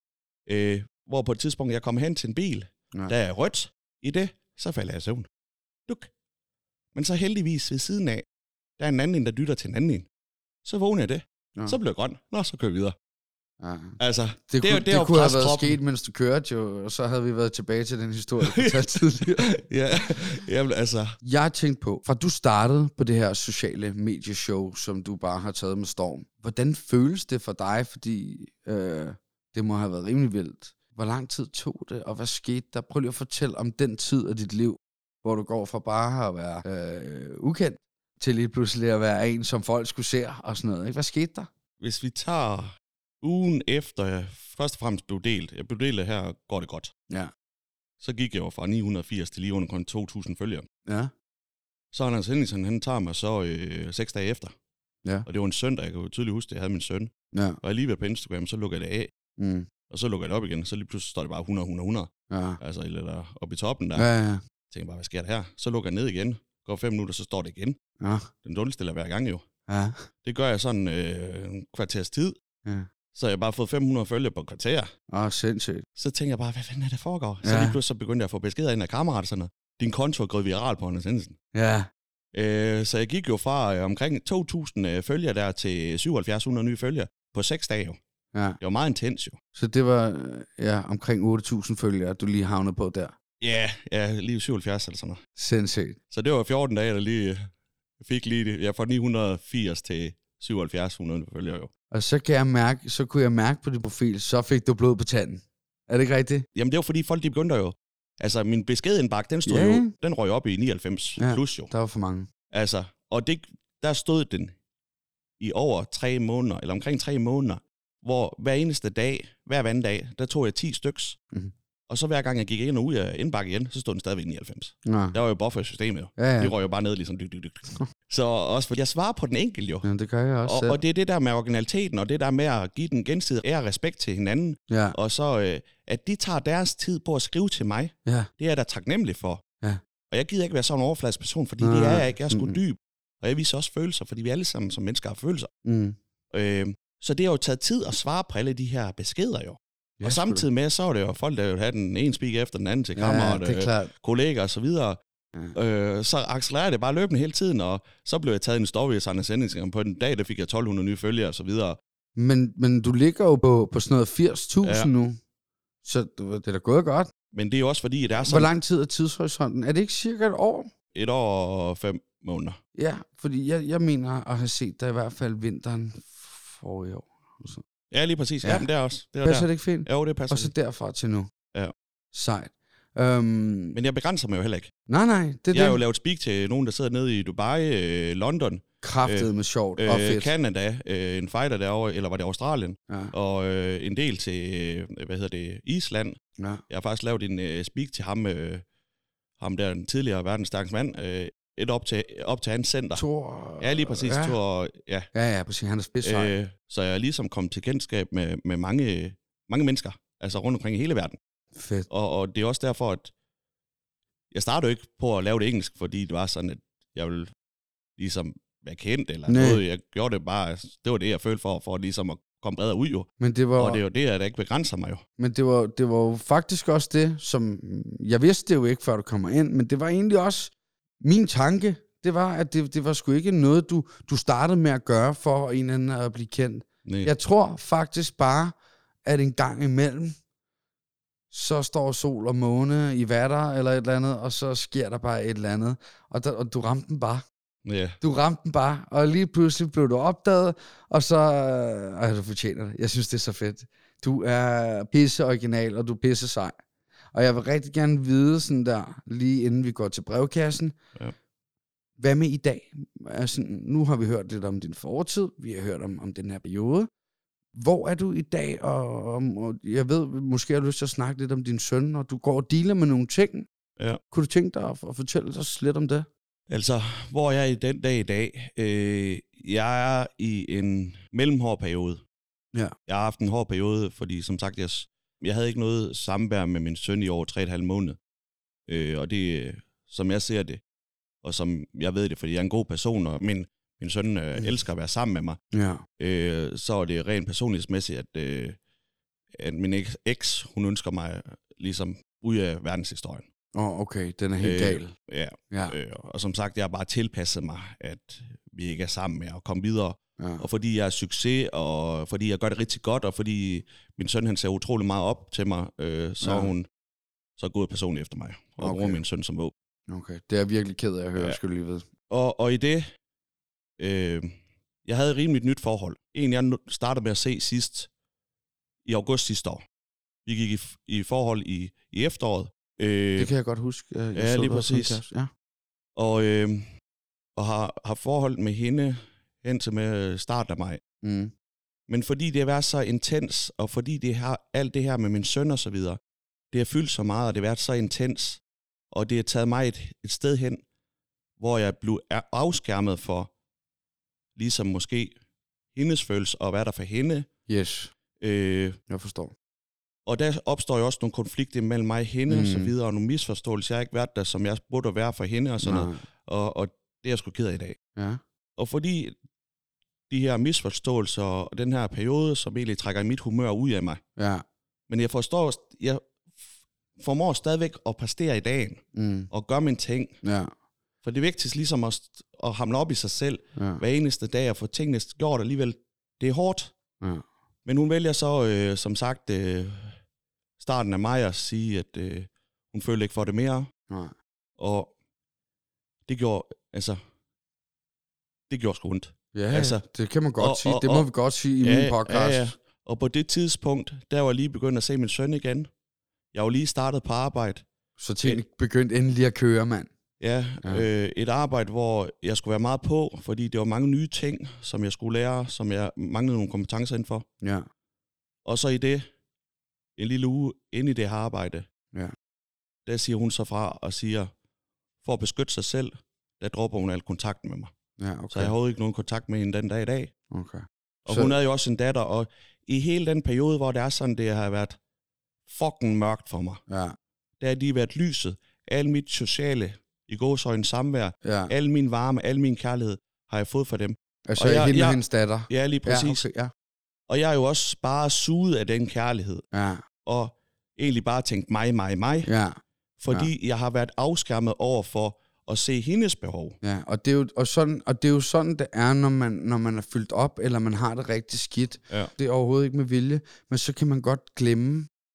hvor på et tidspunkt, jeg kom hen til en bil, der er rødt i det, så falder jeg i søvn. Duk. Men så heldigvis ved siden af, der er en anden, der dytter til en anden. Så vågner jeg det. Ja. Så bliver jeg grøn. Nå, så kører vi videre. Ja. Altså, det kunne have været sket, mens du kørte jo, og så havde vi været tilbage til den historie, du fortalte tidligere. Jamen, altså. Jeg har tænkt på, fra du startede på det her sociale medieshow, som du bare har taget med storm, hvordan føles det for dig? Fordi det må have været rimelig vildt. Hvor lang tid tog det, og hvad skete der? Prøv lige at fortælle om den tid af dit liv, hvor du går fra bare at være ukendt, til lige pludselig at være en, som folk skulle se og sådan noget. Ikke? Hvad skete der? Hvis vi tager ugen efter, jeg først og fremmest blev delt. Jeg blev delt her, går det godt. Ja. Så gik jeg jo fra 980 til lige under kun 2.000 følgere. Ja. Så Anders Henningsen, han tager mig så 6 dage efter. Ja. Og det var en søndag, jeg kan jo tydeligt huske, at jeg havde min søn. Ja. Og alligevel på Instagram, så lukker jeg det af. Og så lukker jeg det op igen, så lige pludselig står det bare 100. Ja. Altså, eller oppe i toppen der. Ja. Jeg tænker bare, hvad sker der her? Så lukker jeg ned igen. Går 5 minutter, så står det igen. Ja. Den dårligste hver gang jo. Ja. Det gør jeg sådan en kvarters tid. Ja. Så jeg bare fået 500 følgere på et kvarter. Sindssygt. Så tænker jeg bare, hvad fanden er det foregår? Så lige pludselig begyndte jeg at få beskeder ind af kammerater sådan noget. Din konto er gået viral på Anders Henningsen. Ja. Så jeg gik jo fra omkring 2.000 følgere der til 7.700 nye følgere på 6 dage jo. Ja. Det var meget intens jo. Så det var omkring 8.000 følgere, du lige havnede på der? Ja, lige 77 eller sådan noget. Sindssygt. Så det var 14 dage, der lige fik lige det. Fra 980 til 7.700 følgere jo. Og så kunne jeg mærke på dit profil, så fik du blod på tanden. Er det ikke rigtigt? Jamen det var fordi folk de begyndte jo. Altså min beskedindbakke, den stod jo, den røg op i 99 plus jo. Der var for mange. Altså, og der stod den i over 3 måneder, eller omkring 3 måneder, hvor hver eneste dag, hver anden dag, der tog jeg 10 styks. Og så hver gang jeg gik ind og ud af indbakke igen, så stod den stadigvæk 99. Ja. Der var jo buffer i systemet jo. Ja. Det røg jo bare ned ligesom dyk. Så også fordi jeg svarer på den enkelte jo. Ja, det gør jeg også. Og det er det der med originaliteten, og det der med at give den gensidige ære og respekt til hinanden. Ja. Og så, at de tager deres tid på at skrive til mig, det er jeg da taknemmelig for. Ja. Og jeg gider ikke være sådan en overfladisk person, fordi det er jeg ikke. Jeg er sgu dyb. Og jeg viser også følelser, fordi vi alle sammen som mennesker har følelser. Så det har jo taget tid at svare på alle de her beskeder jo. Ja, og samtidig med, så er det jo folk, der jo have den ene speaker efter den anden til kammerater, kollegaer og så videre. Ja. Så accelererer det bare løbende hele tiden, og så blev jeg taget en story i Anders Henningsen på den dag, der fik jeg 1.200 nye følgere og så videre. Men du ligger jo på sådan noget 80.000 nu. Så det er da gået godt. Men det er jo også fordi, at der er Hvor sådan lang tid er tidshorisonten? Er det ikke cirka et år? 1 år og 5 måneder. Ja, fordi jeg mener at have set der i hvert fald vinteren forrige år. Så. Ja, lige præcis. Ja. Ja, men det er også. Det er Passer der. det ikke fint? Jo, det passer. Og så derfra til nu. Ja. Sejt. Men jeg begrænser mig jo heller ikke. Nej, det er Jeg har jo det. lavet speak til nogen, der sidder nede i Dubai, London, Kraftet med sjovt og fedt. Canada, en fighter derovre, eller var det Australien, Ja. og en del til, Island. Ja. Jeg har faktisk lavet en speak til ham, ham der, den tidligere verdensstærkeste mand, op til hans center. Thor. Ja, lige præcis. Ja. Thor, ja. Ja, præcis. Han er spidsøj. Så jeg er ligesom kommet til kendskab med mange mennesker, altså rundt omkring i hele verden. Fedt. Og det er også derfor, at jeg startede jo ikke på at lave det engelsk, fordi det var sådan, at jeg ville ligesom være kendt, eller noget. Jeg gjorde det bare, det var det, jeg følte for ligesom at komme bredere ud jo. Men det var, og det er jo det, der ikke begrænser mig jo. Men det var jo faktisk også det, som jeg vidste det jo ikke, før du kommer ind, men det var egentlig også min tanke. Det var, at det var sgu ikke noget, du startede med at gøre for en eller anden at blive kendt. Nej. Jeg tror faktisk bare, at en gang imellem, så står sol og måne i vatter eller et eller andet, og så sker der bare et eller andet. Og du ramte den bare. Ja. Du ramte den bare, og lige pludselig blev du opdaget, og så... du fortjener det. Jeg synes, det er så fedt. Du er pisse original, og du er pisse sej. Og jeg vil rigtig gerne vide sådan der, lige inden vi går til brevkassen, hvad med i dag? Altså, nu har vi hørt lidt om din fortid, vi har hørt om den her periode. Hvor er du i dag? Og jeg ved, måske har du lyst til at snakke lidt om din søn, og du går og dealer med nogle ting. Ja. Kunne du tænke dig at fortælle os lidt om det? Altså, hvor jeg er i den dag i dag, jeg er i en mellemhård periode. Ja. Jeg har haft en hård periode, fordi som sagt, jeg havde ikke noget samvær med min søn i over 3,5 måneder. Og det, som jeg ser det, og som jeg ved det, fordi jeg er en god person, og min søn elsker at være sammen med mig, så er det rent personlighedsmæssigt, at min eks, hun ønsker mig ligesom ud af verdenshistorien. Okay, den er helt gal. Ja. Og som sagt, jeg har bare tilpasset mig, at vi ikke er sammen med at komme videre. Ja. Og fordi jeg er succes, og fordi jeg gør det rigtig godt, og fordi min søn han ser utrolig meget op til mig, så er hun så gået personligt efter mig, og bruger min søn som våben. Okay, det er jeg virkelig ked af at høre, skulle lige vide. Og i det, jeg havde et rimeligt nyt forhold. En, jeg startede med at se sidst, i august sidste år. Vi gik i forhold i efteråret. Det kan jeg godt huske. Ja, lige præcis. Ja. Og har forhold med hende hen til med starten af maj. Mm. Men fordi det har været så intens, og fordi det har alt det her med min søn og så videre, det har fyldt så meget, og det har været så intens, og det har taget mig et sted hen, hvor jeg blev afskærmet for, ligesom måske hendes følelse, og hvad der for hende. Yes, jeg forstår. Og der opstår jo også nogle konflikter mellem mig og hende, og så videre, og nogle misforståelser. Jeg har ikke været der, som jeg burde at være for hende, og sådan noget. Og det er jeg sgu ked af i dag. Ja. Og fordi de her misforståelser, og den her periode, som egentlig trækker mit humør ud af mig. Ja. Men jeg formår stadigvæk at præstere i dagen, og gøre mine ting. Ja. For det er vigtigt ligesom at hamle op i sig selv, hver eneste dag, og få tingene gjort alligevel. Det er hårdt. Ja. Men hun vælger så, som sagt, starten af maj at sige, at hun følte ikke for det mere. Nej. Og det gjorde sgu ondt. Ja, det kan man godt sige. Det må vi godt sige i min podcast. Ja. Og på det tidspunkt, der var jeg lige begyndt at se min søn igen. Jeg var lige startet på arbejde. Så tingene begyndte endelig at køre, mand. Ja. Et arbejde, hvor jeg skulle være meget på, fordi det var mange nye ting, som jeg skulle lære, som jeg manglede nogle kompetencer indenfor. Ja. Og så i det, en lille uge inde i det her arbejde, der siger hun så fra og siger, for at beskytte sig selv, der dropper hun al kontakten med mig. Ja, okay. Så jeg havde ikke nogen kontakt med hende den dag i dag. Okay. Og hun havde jo også en datter, og i hele den periode, hvor det er sådan, det har været fucking mørkt for mig, der har lige været lyset. Al mit sociale, i gåseøjne samvær, al min varme, al min kærlighed, har jeg fået fra dem. Altså hende og hendes datter? Ja, lige præcis. Ja, okay, Og jeg er jo også bare suget af den kærlighed. Ja. Og egentlig bare tænkt mig. Ja. Fordi jeg har været afskærmet over for at se hendes behov. Ja, og det er jo sådan, det er, når man er fyldt op, eller man har det rigtig skidt. Ja. Det er overhovedet ikke med vilje, men så kan man godt glemme,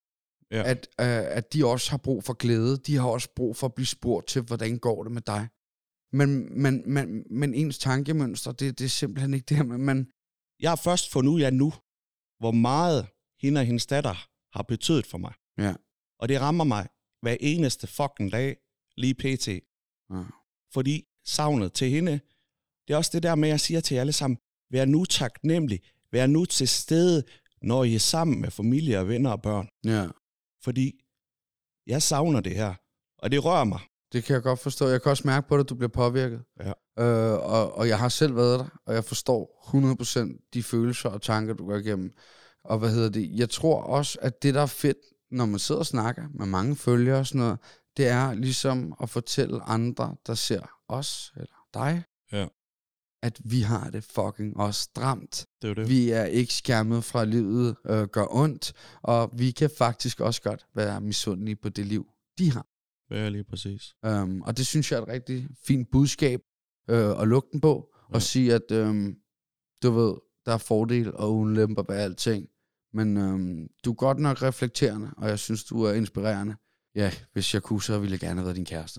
at de også har brug for glæde. De har også brug for at blive spurgt til, hvordan går det med dig. Men ens tankemønster, det er simpelthen ikke det her, man... Jeg har først fundet ud af nu, hvor meget hende og hendes datter har betydet for mig. Ja. Og det rammer mig hver eneste fucking dag, lige pt. Ja. Fordi savnet til hende, det er også det der med, at jeg siger til jer alle sammen, vær nu taknemmelig, vær nu til stede, når I er sammen med familie og venner og børn. Ja. Fordi jeg savner det her, og det rører mig. Det kan jeg godt forstå. Jeg kan også mærke på det, at du bliver påvirket. Ja. Og jeg har selv været der, og jeg forstår 100% de følelser og tanker, du går igennem. Og jeg tror også, at det, der er fedt, når man sidder og snakker med mange følgere og sådan noget, det er ligesom at fortælle andre, der ser os, eller dig, at vi har det fucking også stramt. Det er det. Vi er ikke skærmet fra livet, gør ondt, og vi kan faktisk også godt være misundelige på det liv, de har. Ja, lige præcis. Og det synes jeg er et rigtig fint budskab at lukke den på, og sige, at du ved, der er fordele og ulemper ved alting, men du er godt nok reflekterende, og jeg synes, du er inspirerende. Ja, hvis jeg kunne, så ville jeg gerne have været din kæreste.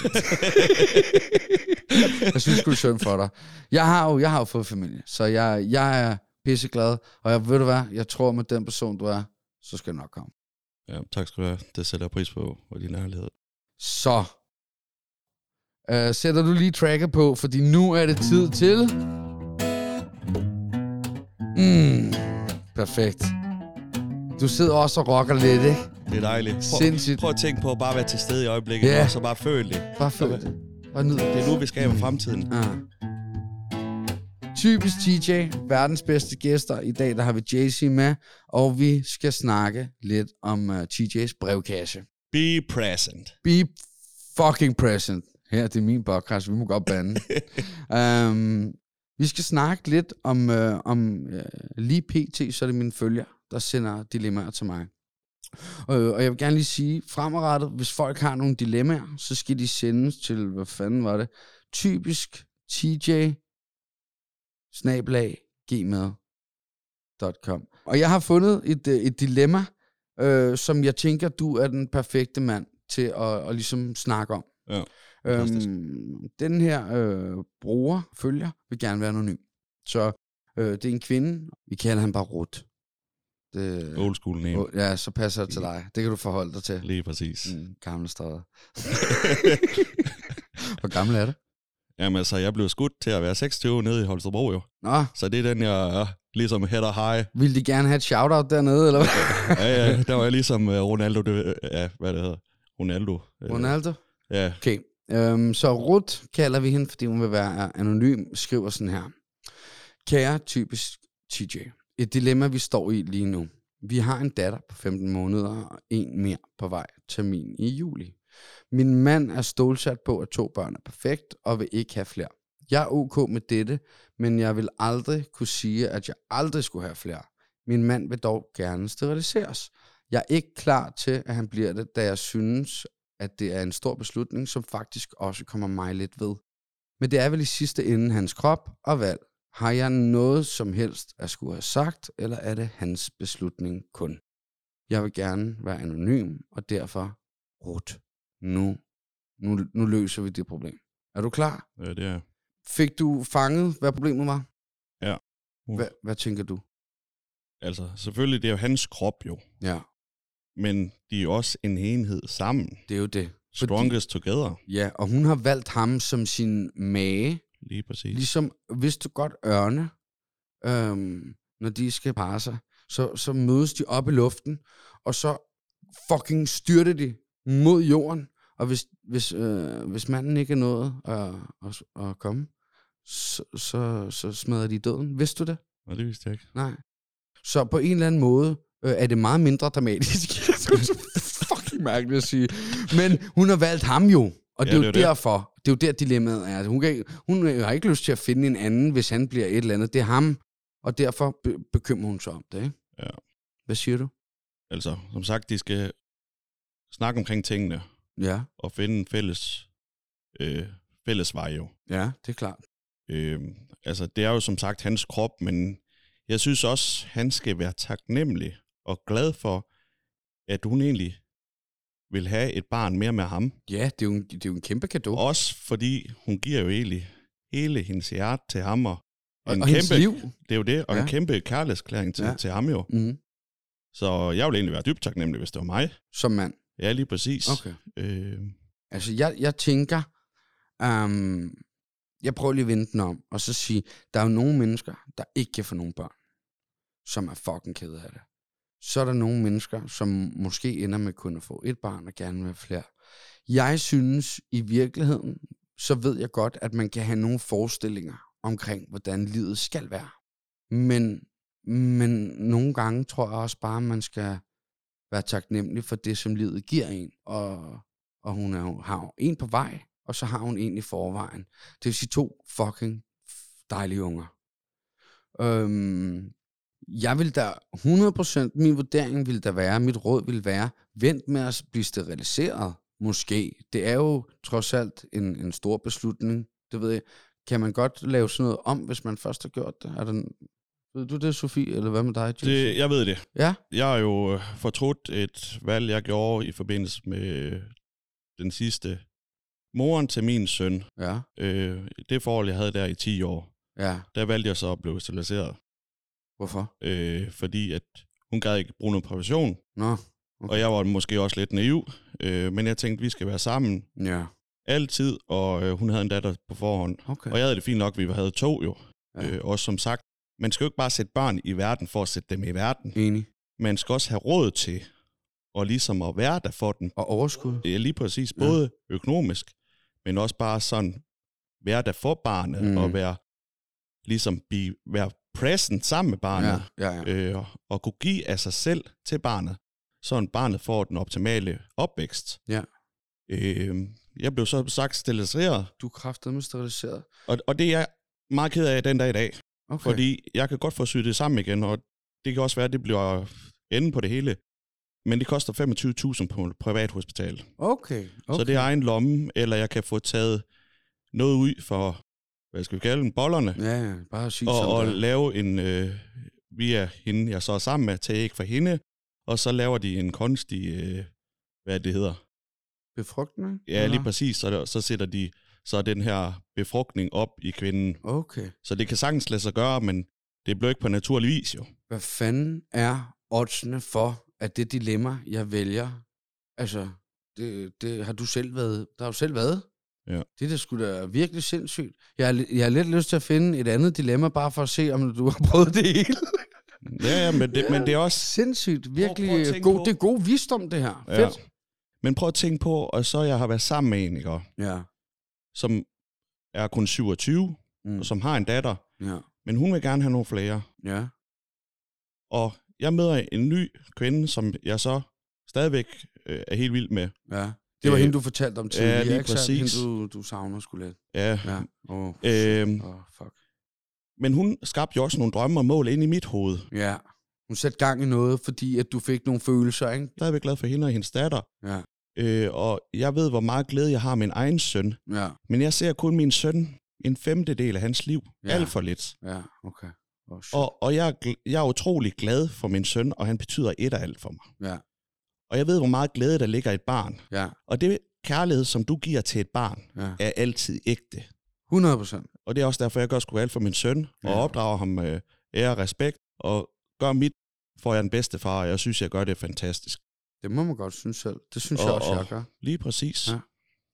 Jeg synes, det er synd for dig. Jeg har jo fået familie, så jeg er pisseglad, og ved du hvad, jeg tror med den person, du er, så skal det nok komme. Ja, tak skal du have. Det sætter jeg pris på, og din ærlighed. Så sætter du lige tracket på, fordi nu er det tid til... Perfekt. Du sidder også og rocker lidt, ikke? Det er dejligt. Sindssygt. Prøv at tænke på at bare være til stede i øjeblikket, og så bare føle det. Bare føle det. Bare nyd. Det er nu, vi skaber fremtiden. Typisk TJ, verdens bedste gæster. I dag der har vi JC med, og vi skal snakke lidt om TJ's brevkasse. Be present. Be fucking present. Her, det er min podcast, vi må godt bande. Vi skal snakke lidt om lige pt, så er det mine følger, der sender dilemmaer til mig. Og jeg vil gerne lige sige, fremadrettet, hvis folk har nogle dilemmaer, så skal de sendes til, hvad fanden var det? Typisk tj@gmail.com. Og jeg har fundet et dilemma, som jeg tænker, du er den perfekte mand til at ligesom snakke om. Ja. Den her følger vil gerne være anonym. Så det er en kvinde, vi kalder han bare Ruth. Old school name. Ja, så passer det til dig. Det kan du forholde dig til. Lige præcis. Gamle stræder. Hvor gammel er det? Jamen altså, jeg blev skudt til at være 26 nede i Holstebro jo. Nå. Så det er den, jeg ligesom header high. Vil de gerne have et shout-out dernede, eller hvad? Ja, der var jeg ligesom Ronaldo, hvad det hedder. Ronaldo? Ja. Okay. Så Ruth kalder vi hende, fordi hun vil være anonym, skriver sådan her. Kære typisk TJ. Et dilemma, vi står i lige nu. Vi har en datter på 15 måneder og en mere på vej, termin i juli. Min mand er stålsat på, at 2 børn er perfekt og vil ikke have flere. Jeg er ok med dette, men jeg vil aldrig kunne sige, at jeg aldrig skulle have flere. Min mand vil dog gerne steriliseres. Jeg er ikke klar til, at han bliver det, da jeg synes, at det er en stor beslutning, som faktisk også kommer mig lidt ved. Men det er vel i sidste ende hans krop og valg. Har jeg noget som helst at skulle have sagt, eller er det hans beslutning kun? Jeg vil gerne være anonym, og derfor, Ruth, nu løser vi det problem. Er du klar? Ja, det er. Fik du fanget, hvad problemet var? Ja. Hvad tænker du? Altså, selvfølgelig, det er jo hans krop jo. Ja. Men de er jo også en enhed sammen. Det er jo det. Strongest together. Ja, og hun har valgt ham som sin mage. Lige præcis. Ligesom, hvis du godt ørne, når de skal parre sig, så mødes de op i luften, og så fucking styrter de mod jorden. Og hvis manden ikke er nået at komme, så smadrer de i døden. Vidste du det? Nej, det vidste jeg ikke. Nej. Så på en eller anden måde er det meget mindre dramatisk. Det er så fucking mærkeligt at sige. Men hun har valgt ham jo. Og det er jo derfor, det er jo der dilemmaet er. Hun har ikke lyst til at finde en anden, hvis han bliver et eller andet. Det er ham, og derfor bekymrer hun sig om det, ikke? Ja. Hvad siger du? Altså, som sagt, de skal snakke omkring tingene. Ja. Og finde en fælles vej jo. Ja, det er klart. Altså, det er jo som sagt hans krop, men jeg synes også, han skal være taknemmelig og glad for, at hun egentlig vil have et barn mere med ham. Ja, det er jo en kæmpe cadeau. Også fordi hun giver jo egentlig hele hendes hjerte til ham, og hendes liv. Det er jo det, og en kæmpe kærlighedsklæring til ham jo. Mm. Så jeg ville egentlig være dybt taknemmelig, hvis det var mig. Som mand? Ja, lige præcis. Okay. Altså, jeg tænker, jeg prøver lige at vende den om, og så sige, der er jo nogle mennesker, der ikke kan få nogle børn, som er fucking kede af det. Så er der nogle mennesker, som måske ender med kun at få et barn og gerne vil have flere. Jeg synes i virkeligheden, så ved jeg godt, at man kan have nogle forestillinger omkring, hvordan livet skal være. Men nogle gange tror jeg også bare, at man skal være taknemmelig for det, som livet giver en. Og hun har jo en på vej, og så har hun en i forvejen. Det vil sige 2 fucking dejlige unger. Jeg vil da 100%, min vurdering vil da være, mit råd vil være, vent med at blive steriliseret, måske. Det er jo trods alt en stor beslutning, det ved jeg. Kan man godt lave sådan noget om, hvis man først har gjort det? Ved du det, Sofie, eller hvad med dig, Jason? Jeg ved det. Ja? Jeg har jo fortrudt et valg, jeg gjorde i forbindelse med den sidste moren til min søn. Ja. Det forhold, jeg havde der i 10 år, Ja. der valgte jeg så at blive steriliseret. Hvorfor? Fordi at hun gad ikke bruge noget prævention. Nå. Okay. Og jeg var måske også lidt naiv. Men jeg tænkte, vi skal være sammen. Ja. Altid, og hun havde en datter på forhånd. Okay. Og jeg havde det fint nok, vi havde 2 jo. Ja. Også som sagt, man skal jo ikke bare sætte børn i verden for at sætte dem i verden. Enig. Man skal også have råd til og ligesom at være der for dem. Og overskud. Ja, lige præcis. Både økonomisk, men også bare sådan være der for barnet, og være present sammen med barnet, og kunne give af sig selv til barnet, så barnet får den optimale opvækst. Ja. Jeg blev så sagt steriliseret. Du er kraftedeme steriliseret. Og det er jeg meget ked af den dag i dag. Okay. Fordi jeg kan godt få syet det sammen igen, og det kan også være, at det bliver enden på det hele. Men det koster 25.000 på et privat hospital. Okay. Så det er egen lomme, eller jeg kan få taget noget ud for, hvad skal vi kalde dem, bollerne. Ja, bare at sige og lave en, via hende, jeg så er sammen med, til ikke for hende, og så laver de en kunstig, hvad det hedder? Befrugtning? Ja, lige præcis. Så sætter de så den her befrugtning op i kvinden. Okay. Så det kan sagtens lade sig gøre, men det bliver ikke på naturlig vis, jo. Hvad fanden er oddsene for, at det dilemma, jeg vælger, altså, det har du selv været, der har du selv været? Ja. Det er da sgu da virkelig sindssygt. Jeg har lidt lyst til at finde et andet dilemma, bare for at se, om du har prøvet det hele. Ja, men det er også... Sindssygt, virkelig god, det er god visdom, det her. Ja. Fedt. Men prøv at tænke på, og så jeg har været sammen med en, ikke? Ja. Som er kun 27, og som har en datter. Ja. Men hun vil gerne have nogle flere. Ja. Og jeg møder en ny kvinde, som jeg så stadigvæk er helt vild med. Ja. Det var hende, du fortalte om tidligere, lige ikke? præcis. Hende, du savner sgu lidt. Ja. Fuck. Men hun skabte jo også nogle drømme og mål ind i mit hoved. Ja. Hun satte gang i noget, fordi at du fik nogle følelser, ikke? Der er vi glad for hende og hendes datter. Ja. Og jeg ved, hvor meget glæde jeg har med min egen søn. Ja. Men jeg ser kun min søn en 5/5 af hans liv. Ja. Alt for lidt. Ja, okay. Og jeg er utrolig glad for min søn, og han betyder et af alt for mig. Ja. Og jeg ved, hvor meget glæde der ligger i et barn. Ja. Og det kærlighed, som du giver til et barn, er altid ægte. 100%. Og det er også derfor, jeg gør sgu alt for min søn, og opdrager ham med ære og respekt, og gør mit for jeg den bedste far, og jeg synes, jeg gør det fantastisk. Det må man godt synes selv. Det synes jeg også, jeg gør. Lige præcis. Ja.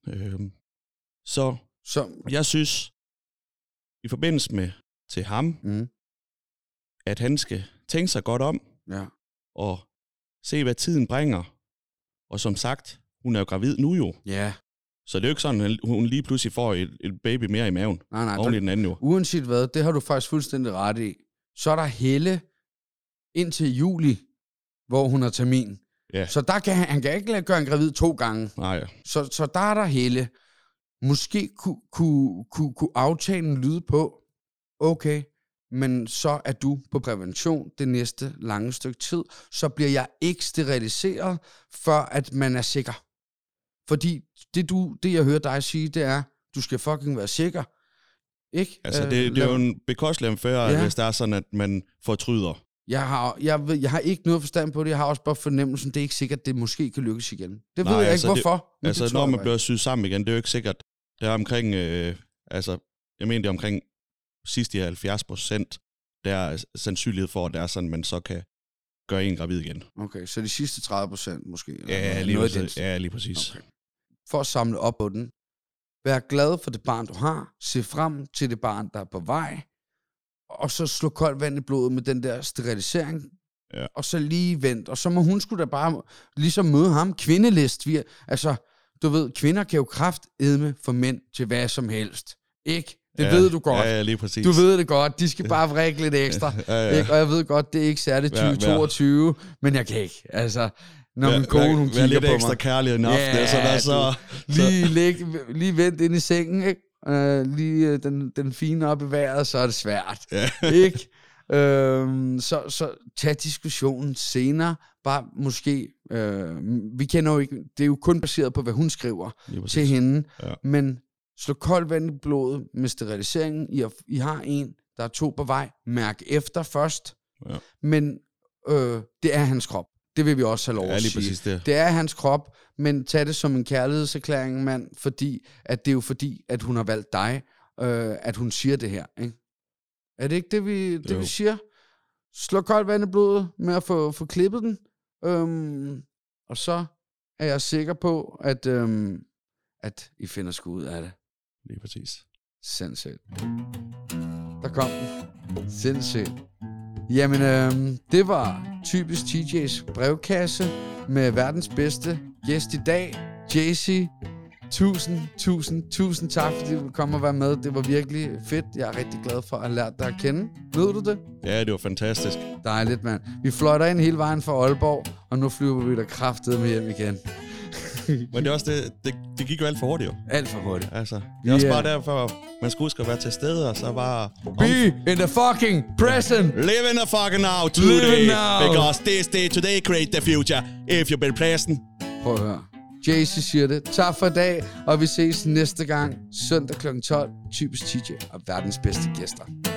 Så jeg synes, i forbindelse med til ham, at han skal tænke sig godt om, og se, hvad tiden bringer. Og som sagt, hun er jo gravid nu jo. Ja. Så det er jo ikke sådan, at hun lige pludselig får et baby mere i maven. Nej. Oven i den anden jo. Uanset hvad, det har du faktisk fuldstændig ret i. Så er der Helle indtil juli, hvor hun har termin. Ja. Så der kan han kan ikke gøre en gravid 2 gange. Nej. Så der er der Helle. Måske kunne aftalen lyde på, okay, men så er du på prævention det næste lange stykke tid, så bliver jeg ikke steriliseret, før at man er sikker. Fordi det jeg hører dig sige, det er, du skal fucking være sikker. Ikke? Altså, det er jo en bekostelig affære, hvis der er sådan, at man fortryder. Jeg har ikke noget forstand på det. Jeg har også bare fornemmelsen, det er ikke sikkert, at det måske kan lykkes igen. Det ved jeg ikke, hvorfor. Når man bliver syet sammen igen, det er jo ikke sikkert. Det er omkring, jeg mener, det er omkring sidst i 70%, der er sandsynlighed for, at det er sådan, man så kan gøre en gravid igen. Okay, så de sidste 30% måske? Ja, lige præcis. Okay. For at samle op på den. Vær glad for det barn, du har. Se frem til det barn, der er på vej. Og så slå koldt vand i blodet med den der sterilisering. Ja. Og så lige vent. Og så må hun sgu da bare ligesom møde ham. Kvindelist. Altså, du ved, kvinder kan jo kraftedme for mænd til hvad som helst. Ikke? Det ved du godt. Ja, lige præcis. Du ved det godt. De skal bare vrikke lidt ekstra. Ikke? Og jeg ved godt, det er ikke særligt 2022, men jeg kan ikke. Altså, når min kone, hun kigger lidt på mig. ekstra kærlig en aften, Lige vent ind i sengen, ikke? Lige den fine op i vejret, så er det svært. Ja. Ikke? Så tag diskussionen senere. Bare måske, vi kender jo ikke, det er jo kun baseret på, hvad hun skriver til hende, men slå koldt vand i blodet med steriliseringen. I har en, der er 2 på vej. Mærk efter først. Ja. Men det er hans krop. Det vil vi også have lov at sige. Præcis det. Det er hans krop, men tag det som en kærlighedserklæring, mand, fordi at det er jo fordi, at hun har valgt dig, at hun siger det her. Ikke? Er det ikke det, vi siger? Slå koldt vand i blodet med at få klippet den. Og så er jeg sikker på, at I finder sgu ud af det. Lige præcis. Sindssygt. Der kom den. Sindssygt. Jamen, det var typisk TJ's brevkasse med verdens bedste gæst i dag, Jaycee. Tusind tak, fordi du ville komme og være med. Det var virkelig fedt. Jeg er rigtig glad for at have lært dig at kende. Ved du det? Ja, det var fantastisk. Dejligt, mand. Vi fløjter ind hele vejen fra Aalborg, og nu flyver vi der kraftedeme hjem igen. Men det er også det gik jo alt for hurtigt jo. Alt for hurtigt. Altså, det er også bare derfor, man skal huske at være til stede, og så bare... Be in the fucking present! Live in the fucking now today! Because this day today create the future, if you be present. Prøv at høre. Jaycee siger det. Tak for i dag, og vi ses næste gang søndag kl. 12. Typisk TJ og verdens bedste gæster.